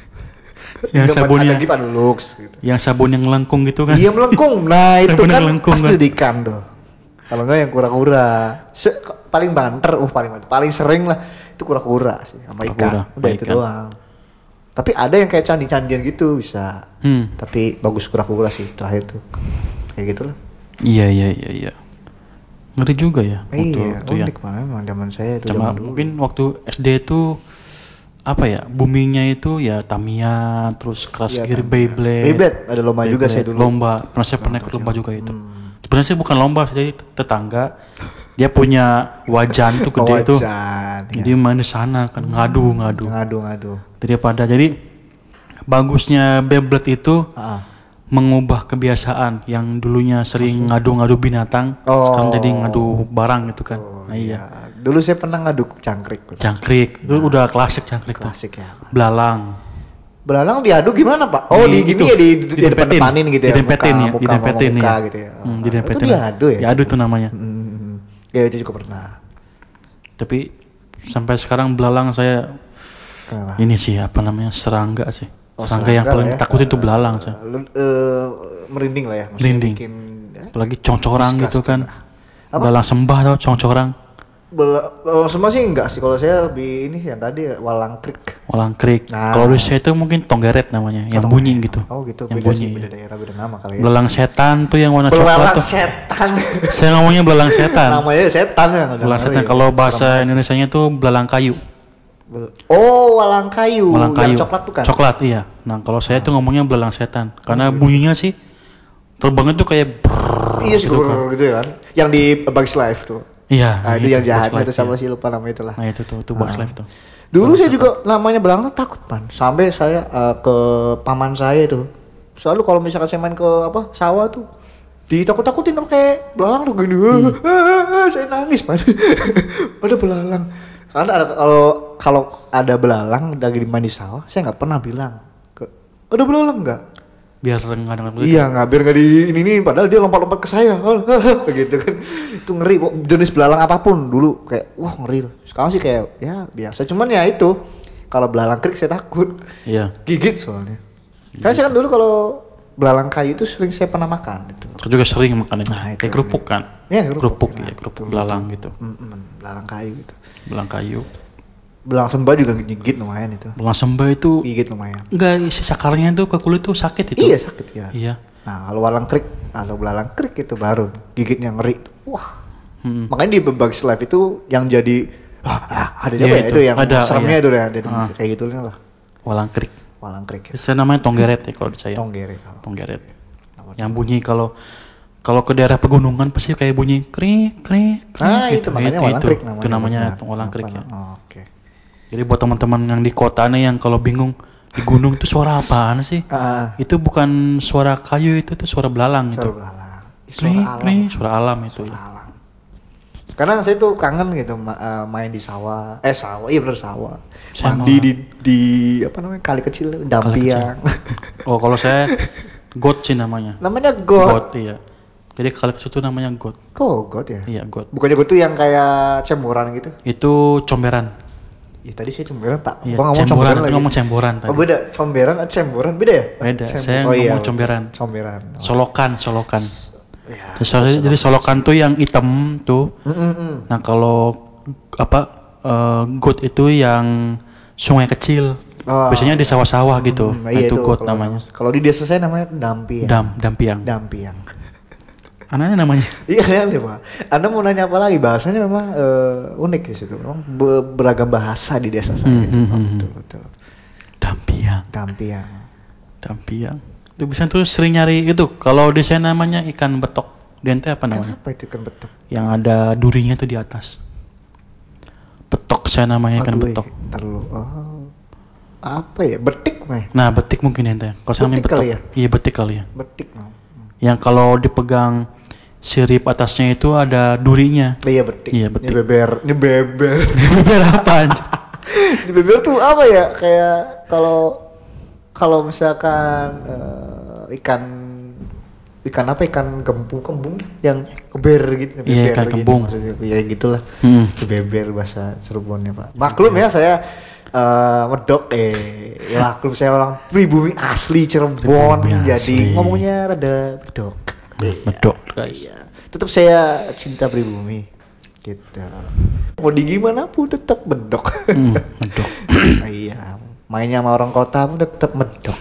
Yang sabun yang gip Lux gitu. Yang sabun yang melengkung gitu kan. Iya, melengkung. Nah, itu kan pasti dikan tuh. Kalau enggak yang kura-kura. Paling banter, paling sering lah itu kura-kura sih sama ikan. Udah itu doang. Tapi ada yang kayak candi-candian gitu bisa. Tapi bagus kura-kura sih terakhir tuh. Kayak gitu lah. Iya. Ngeri juga ya. Iya, unik banget memang zaman saya itu. Mungkin waktu SD itu apa ya, boomingnya itu ya Tamiya, terus Crash Gear, Beyblade. Ada lomba juga saya dulu. Saya pernah ikut lomba juga itu. Sebenarnya sih bukan lomba, jadi tetangga dia punya wajan tuh gede tuh. Jadi main di sana kan ngadu. Jadi bagusnya Beyblade itu mengubah kebiasaan yang dulunya sering ngadu binatang, sekarang jadi ngadu barang gitu kan. Iya. Dulu saya pernah ngadu cangkrik. Itu udah klasik cangkrik tuh. Klasik ya. Belalang diadu gimana Pak? Di depan-depanin gitu ya. Didempetin ya. Gitu ya. Didempetin. Itu diadu ya? Diadu tuh namanya. Ya itu juga pernah. Tapi sampai sekarang belalang saya ini sih apa namanya, serangga sih. Serangga yang paling takutin tuh belalang saya. Merinding lah ya. Merinding. Apalagi congcorang gitu kan. Belalang sembah tau congcorang. Semua sih enggak sih, kalau saya lebih ini yang tadi walang krik. Nah, kalau di saya itu mungkin tonggeret namanya, yang bunyi gitu. Oh gitu, yang beda bunyi. sih, beda daerah, beda nama kali ya. Belalang setan tuh yang warna coklat tuh. Setan. Saya ngomongnya belalang setan. Namanya setan ya. Belalang setan. Kalau bahasa Indonesianya tuh belalang kayu. Walang kayu. Yang coklat bukan? Coklat iya. Nah kalau saya tuh ngomongnya belalang setan, karena bunyinya sih terbangnya tuh kayak. Iya sih gitu kan. Yang di Bugs Life tuh. Iya. Nah, itu yang jahat itu sama si lupa namanya itulah. Nah itu Bugs Life tuh. Dulu saya juga namanya belalang takut Pan. Sampai saya ke paman saya itu. Selalu kalau misalkan saya main ke sawah tuh ditakut-takutin pakai belalang tuh gini. Saya nangis Pan. Ada belalang. Karena kalau ada belalang lagi main di sawah, saya nggak pernah bilang ada belalang nggak. Biar nggak dengar begitu. Iya biar nggak di ini padahal dia lompat-lompat ke saya begitu kan. Itu ngeri kok, jenis belalang apapun dulu kayak wah ngeri. Sekarang sih kayak ya biasa, cuman ya itu kalau belalang krik saya takut. Iya. Gigit soalnya. Karena saya kan dulu kalau belalang kayu itu sering saya pernah makan itu. Saya juga sering makan itu. Kayak kerupuk kan? Iya kerupuk. Kerupuk belalang gitu. Belalang kayu gitu. Belalang kayu. Belang sembah juga gigit lumayan itu. Belang sembah itu gigit lumayan. Enggak, isi sakarnya itu ke kulit tuh sakit itu. Iya sakit ya. Iya. Nah kalau belalang krik itu baru gigitnya ngeri. Wah. Makanya di Bugs Life itu yang jadi ada juga ya itu yang seremnya itu ya, kayak gitu lah. Walang krik. Ya. Saya namanya tonggeret ya kalau di saya. Tonggeret. Yang bunyi kalau ke daerah pegunungan pasti kayak bunyi krik krik. Itu makanya walang krik namanya. Itu namanya walang krik ya. Oke. Jadi buat teman-teman yang di kota nih yang kalau bingung di gunung itu suara apaan sih? Itu bukan suara kayu, itu suara belalang itu. Suara alam itu. Alam. Karena saya tuh kangen gitu main di sawah. Iya bener sawah. Mandi di apa namanya kali kecil Dampiang. Oh kalau saya got sih namanya. Namanya got. Iya. Jadi kali kecil itu namanya got. Kok got ya? Iya got. Bukannya got tuh yang kayak cemboran gitu? Itu comberan. Ya tadi saya cemboran Pak. Iya, ngomong cemboran tadi. Oh beda, comberan atau cemboran beda ya? Beda, saya ngomong comberan. Solokan. Ya, jadi solokan tuh yang hitam tuh. Nah kalau got itu yang sungai kecil. Biasanya di sawah-sawah gitu. Itu got namanya. Kalau di desa saya namanya Dampiang. Dampiang. Anaknya namanya? Iya kan ya Pak. Anda mau nanya apa lagi? Bahasanya memang unik di situ. Memang beragam bahasa di desa saya. Betul. Dampiang. Itu bisa tuh sering nyari itu. Kalau di saya namanya ikan betok. Di ente apa namanya? Apa itu ikan betok? Yang ada durinya tuh di atas. Betok saya namanya ikan betok. Apa ya? Betik mah. Nah betik mungkin ente. Kalau saya namanya betok. Ya? Iya betik kali ya. Betik. Yang kalau dipegang sirip atasnya itu ada durinya. Iya betik. Iya betik. Ini beber. Beber apa? Di beber tuh apa ya? Kayak kalau misalkan ikan apa? Ikan kembung yang beber gitu. Iya ikan kembung. Ya gitulah. Beber bahasa Cirebonnya Pak. Maklum ya saya medok ya maklum saya orang pribumi asli Cirebon jadi ngomongnya rada medok guys. Iya. Tetap saya cinta pribumi gitu. Mau di gimana pun tetap medok. Medok. Iya, mainnya sama orang kota pun tetap medok.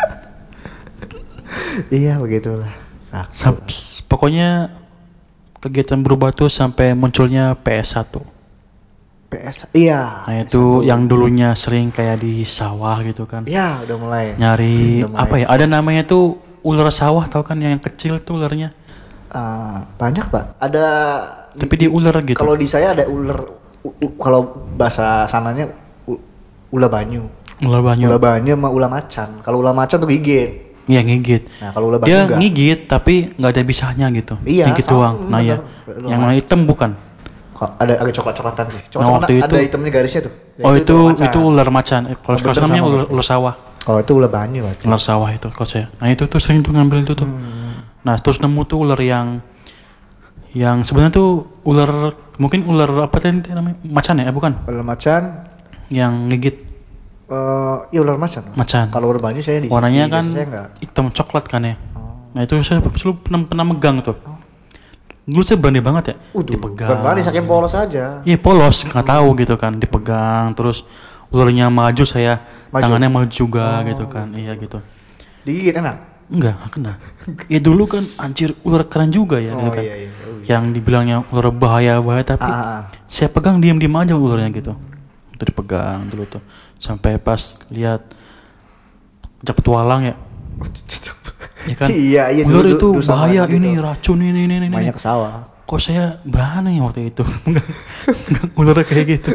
Iya begitulah. Pokoknya kegiatan berubah tuh sampai munculnya PS1. Iya. Nah itu yang dulunya sering kayak di sawah gitu kan. Iya udah mulai. Nyari apa ya? Ada namanya tuh ular sawah tau kan yang kecil tuh ularnya. Banyak Pak. Ada. Tapi di ular gitu. Kalau di saya ada ular. Kalau bahasa sananya ular banyu. Ular banyu sama ular macan. Kalau ular macan tuh gigit. Iya gigit. Nah kalau ular banyu dia enggak. Ngigit tapi nggak ada bisanya gitu. Iya. Gigit doang. Nah ya. Yang warna hitam bukan. Ada agak coklat-coklatan sih. Waktu ada hitamnya garisnya tuh. Oh itu ular macan. Kalau namanya ular sawah. Oh itu ular banyu. Ular sawah itu kalau saya. Nah itu tuh sering tuh ngambil itu tuh. Nah terus nemu tuh ular yang sebenarnya tuh ular mungkin ular apa tadi namanya macan ya bukan? Ular macan. Yang ngigit. Iya ular macan. Kalau ular banyu saya di warnanya kan hitam coklat kan ya. Nah itu saya selalu pernah megang tuh. Dulu saya berani banget ya dipegang. Berani saking polos aja. Iya polos, nggak tahu gitu kan dipegang terus ularnya maju tangannya maju juga gitu kan. Iya gitu. Digigit enak? Enggak kena. Ya dulu kan anjir ular keren juga ya gitu kan. Iya. Yang dibilangnya ular bahaya tapi saya pegang diam-diam aja ularnya gitu. Itu dipegang dulu tuh sampai pas lihat petualang ya. Ya kan? Iya, ular itu bahaya ini gitu. Racun ini. Banyak ke sawah. Kok saya berani waktu itu enggak ular kayak gitu.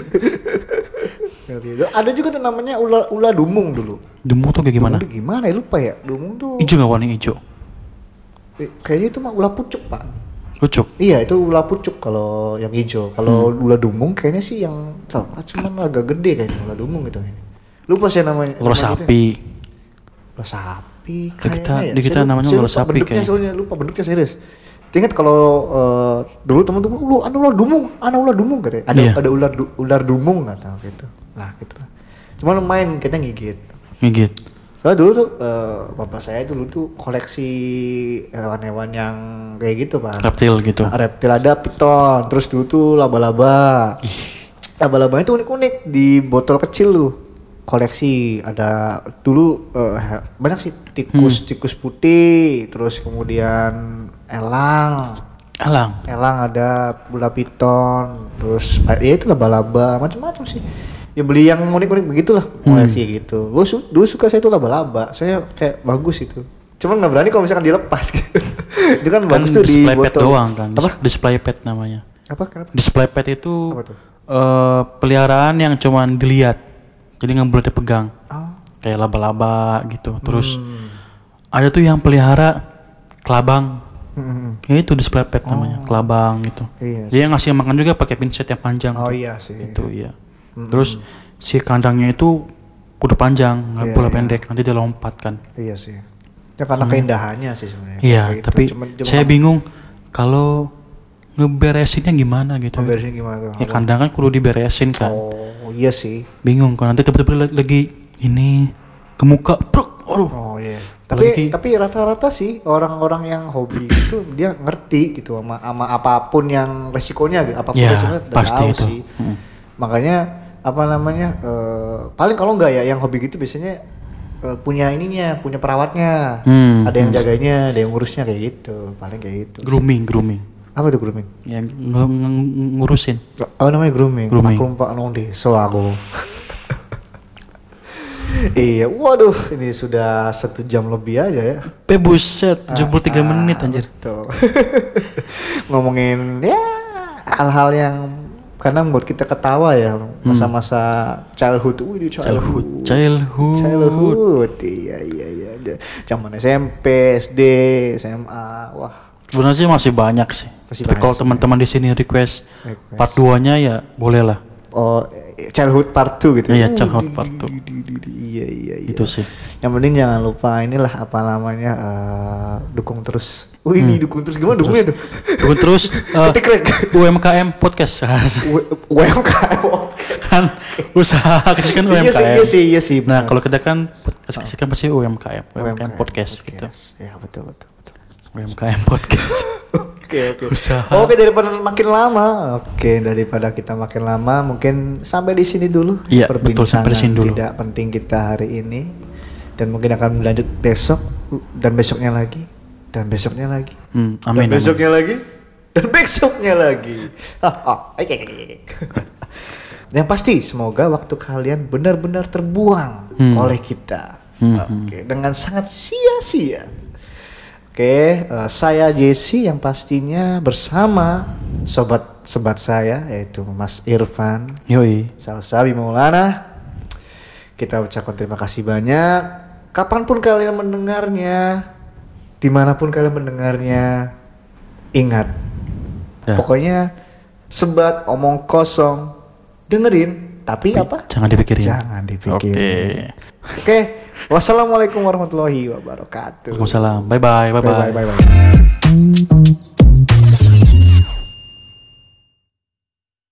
Ada juga tuh namanya ular dumung dulu. Dumung tuh kayak gimana? Dumung gimana ya lupa ya. Dumung tuh hijau nggak warna hijau? Kayaknya itu mah ular pucuk Pak. Pucuk? Iya itu ular pucuk kalau yang hijau. Kalau ular dumung kayaknya sih yang coklat cuman agak gede kayaknya ular dumung gitu kayaknya. Lupa sih namanya. Ular sapi. Ular sapi. Di kita namanya ular sapi kayaknya. Soalnya lupa bentuknya serius. Ingat kalau dulu teman-teman lu ular dumung katanya. Ada ular dumung nggak tahu gitu. Nah gitu lah. Cuma main kita ngigit. Soalnya dulu tuh bapak saya dulu tuh koleksi hewan-hewan yang kayak gitu Pak. Reptil gitu. Reptil ada piton, terus dulu tuh laba-laba. Laba-labanya tuh unik-unik di botol kecil lu. Koleksi ada dulu banyak sih tikus putih, terus kemudian elang ada, bola piton, terus ya itu laba-laba macam-macam sih. Ya beli yang unik-unik begitulah koleksi gitu. Dulu suka saya itu laba-laba, saya kayak bagus itu. Cuman nggak berani kalau misalkan dilepas gitu. Itu kan bagus tuh di display pet botol. doang kan. Apa? Display pet namanya. Apa kenapa? Display pet itu Apa tuh? peliharaan yang cuman dilihat. Jadi nggak boleh dipegang. Oh. Kayak laba-laba gitu. Terus ada tuh yang pelihara kelabang. Ya itu display pet namanya, kelabang gitu. Iya. Dia ngasih makan juga pakai pinset yang panjang. Oh tuh. iya sih. Itu iya. Terus si kandangnya itu kudu panjang, nggak boleh pendek. Nanti dia lompat kan. Iya sih. Ya karena keindahannya sih sebenarnya. Iya, gitu. tapi saya bingung kalau ngeberesinnya gimana gitu. Ngeberesin gimana tuh? Ya kandang kan kudu diberesin kan. Oh iya sih. Bingung kalau nanti tiba-tiba lagi ini ke muka, brok. Oh iya. Tapi rata-rata sih orang-orang yang hobi itu dia ngerti gitu sama apapun yang resikonya gitu. Apapun ya, resikonya pasti tahu itu. sih. Makanya apa namanya? Paling kalau enggak ya yang hobi gitu biasanya punya ininya, punya perawatnya. Ada yang jaganya, ada yang ngurusnya kayak gitu. Paling kayak gitu. Grooming. Apa tuh grooming? Ya ngurusin. Oh namanya grooming. Grooming. Maklum Pak Nong Deso aku. Iya, waduh, ini sudah 1 jam lebih aja ya. Buset, 73 menit anjir. Betul. Ngomongin ya hal-hal yang kadang buat kita ketawa ya, masa-masa childhood. Childhood. Iya. Zaman SMP, SD, SMA. Wah. Sebenarnya sih masih banyak sih. Tapi kalau teman-teman di sini request part 2-nya ya boleh lah. Oh, childhood part 2 gitu. Iya, childhood part 2. Iya. Itu sih. Yang penting jangan lupa inilah apa namanya dukung terus. Ini dukung terus gimana dukungnya tuh? Dukung terus UMKM podcast. UMKM kan usaha kecil kan UMKM. Iya sih. Nah, kalau kita kan podcast kecil kan pasti UMKM podcast gitu. Ya betul. UMKM podcast. Oke. Usaha. Oke, daripada makin lama. Daripada kita makin lama, mungkin sampai di sini dulu. Iya, betul, sampai di sini dulu. Tidak penting kita hari ini, dan mungkin akan berlanjut besok dan besoknya lagi dan besoknya lagi. Amin. Dan besoknya lagi dan besoknya lagi. Yang pasti semoga waktu kalian benar-benar terbuang oleh kita. Oke, dengan sangat sia-sia. Oke, saya Jesse yang pastinya bersama sobat saya yaitu Mas Irfan. Yoi. Salsabi Maulana. Kita ucapkan terima kasih banyak. Kapanpun kalian mendengarnya, dimanapun kalian mendengarnya, ingat. Ya. Pokoknya sebat omong kosong, dengerin, tapi apa? Jangan dipikirin. Jangan dipikirin. Oke. Wassalamualaikum warahmatullahi wabarakatuh. Waalaikumsalam. Bye bye.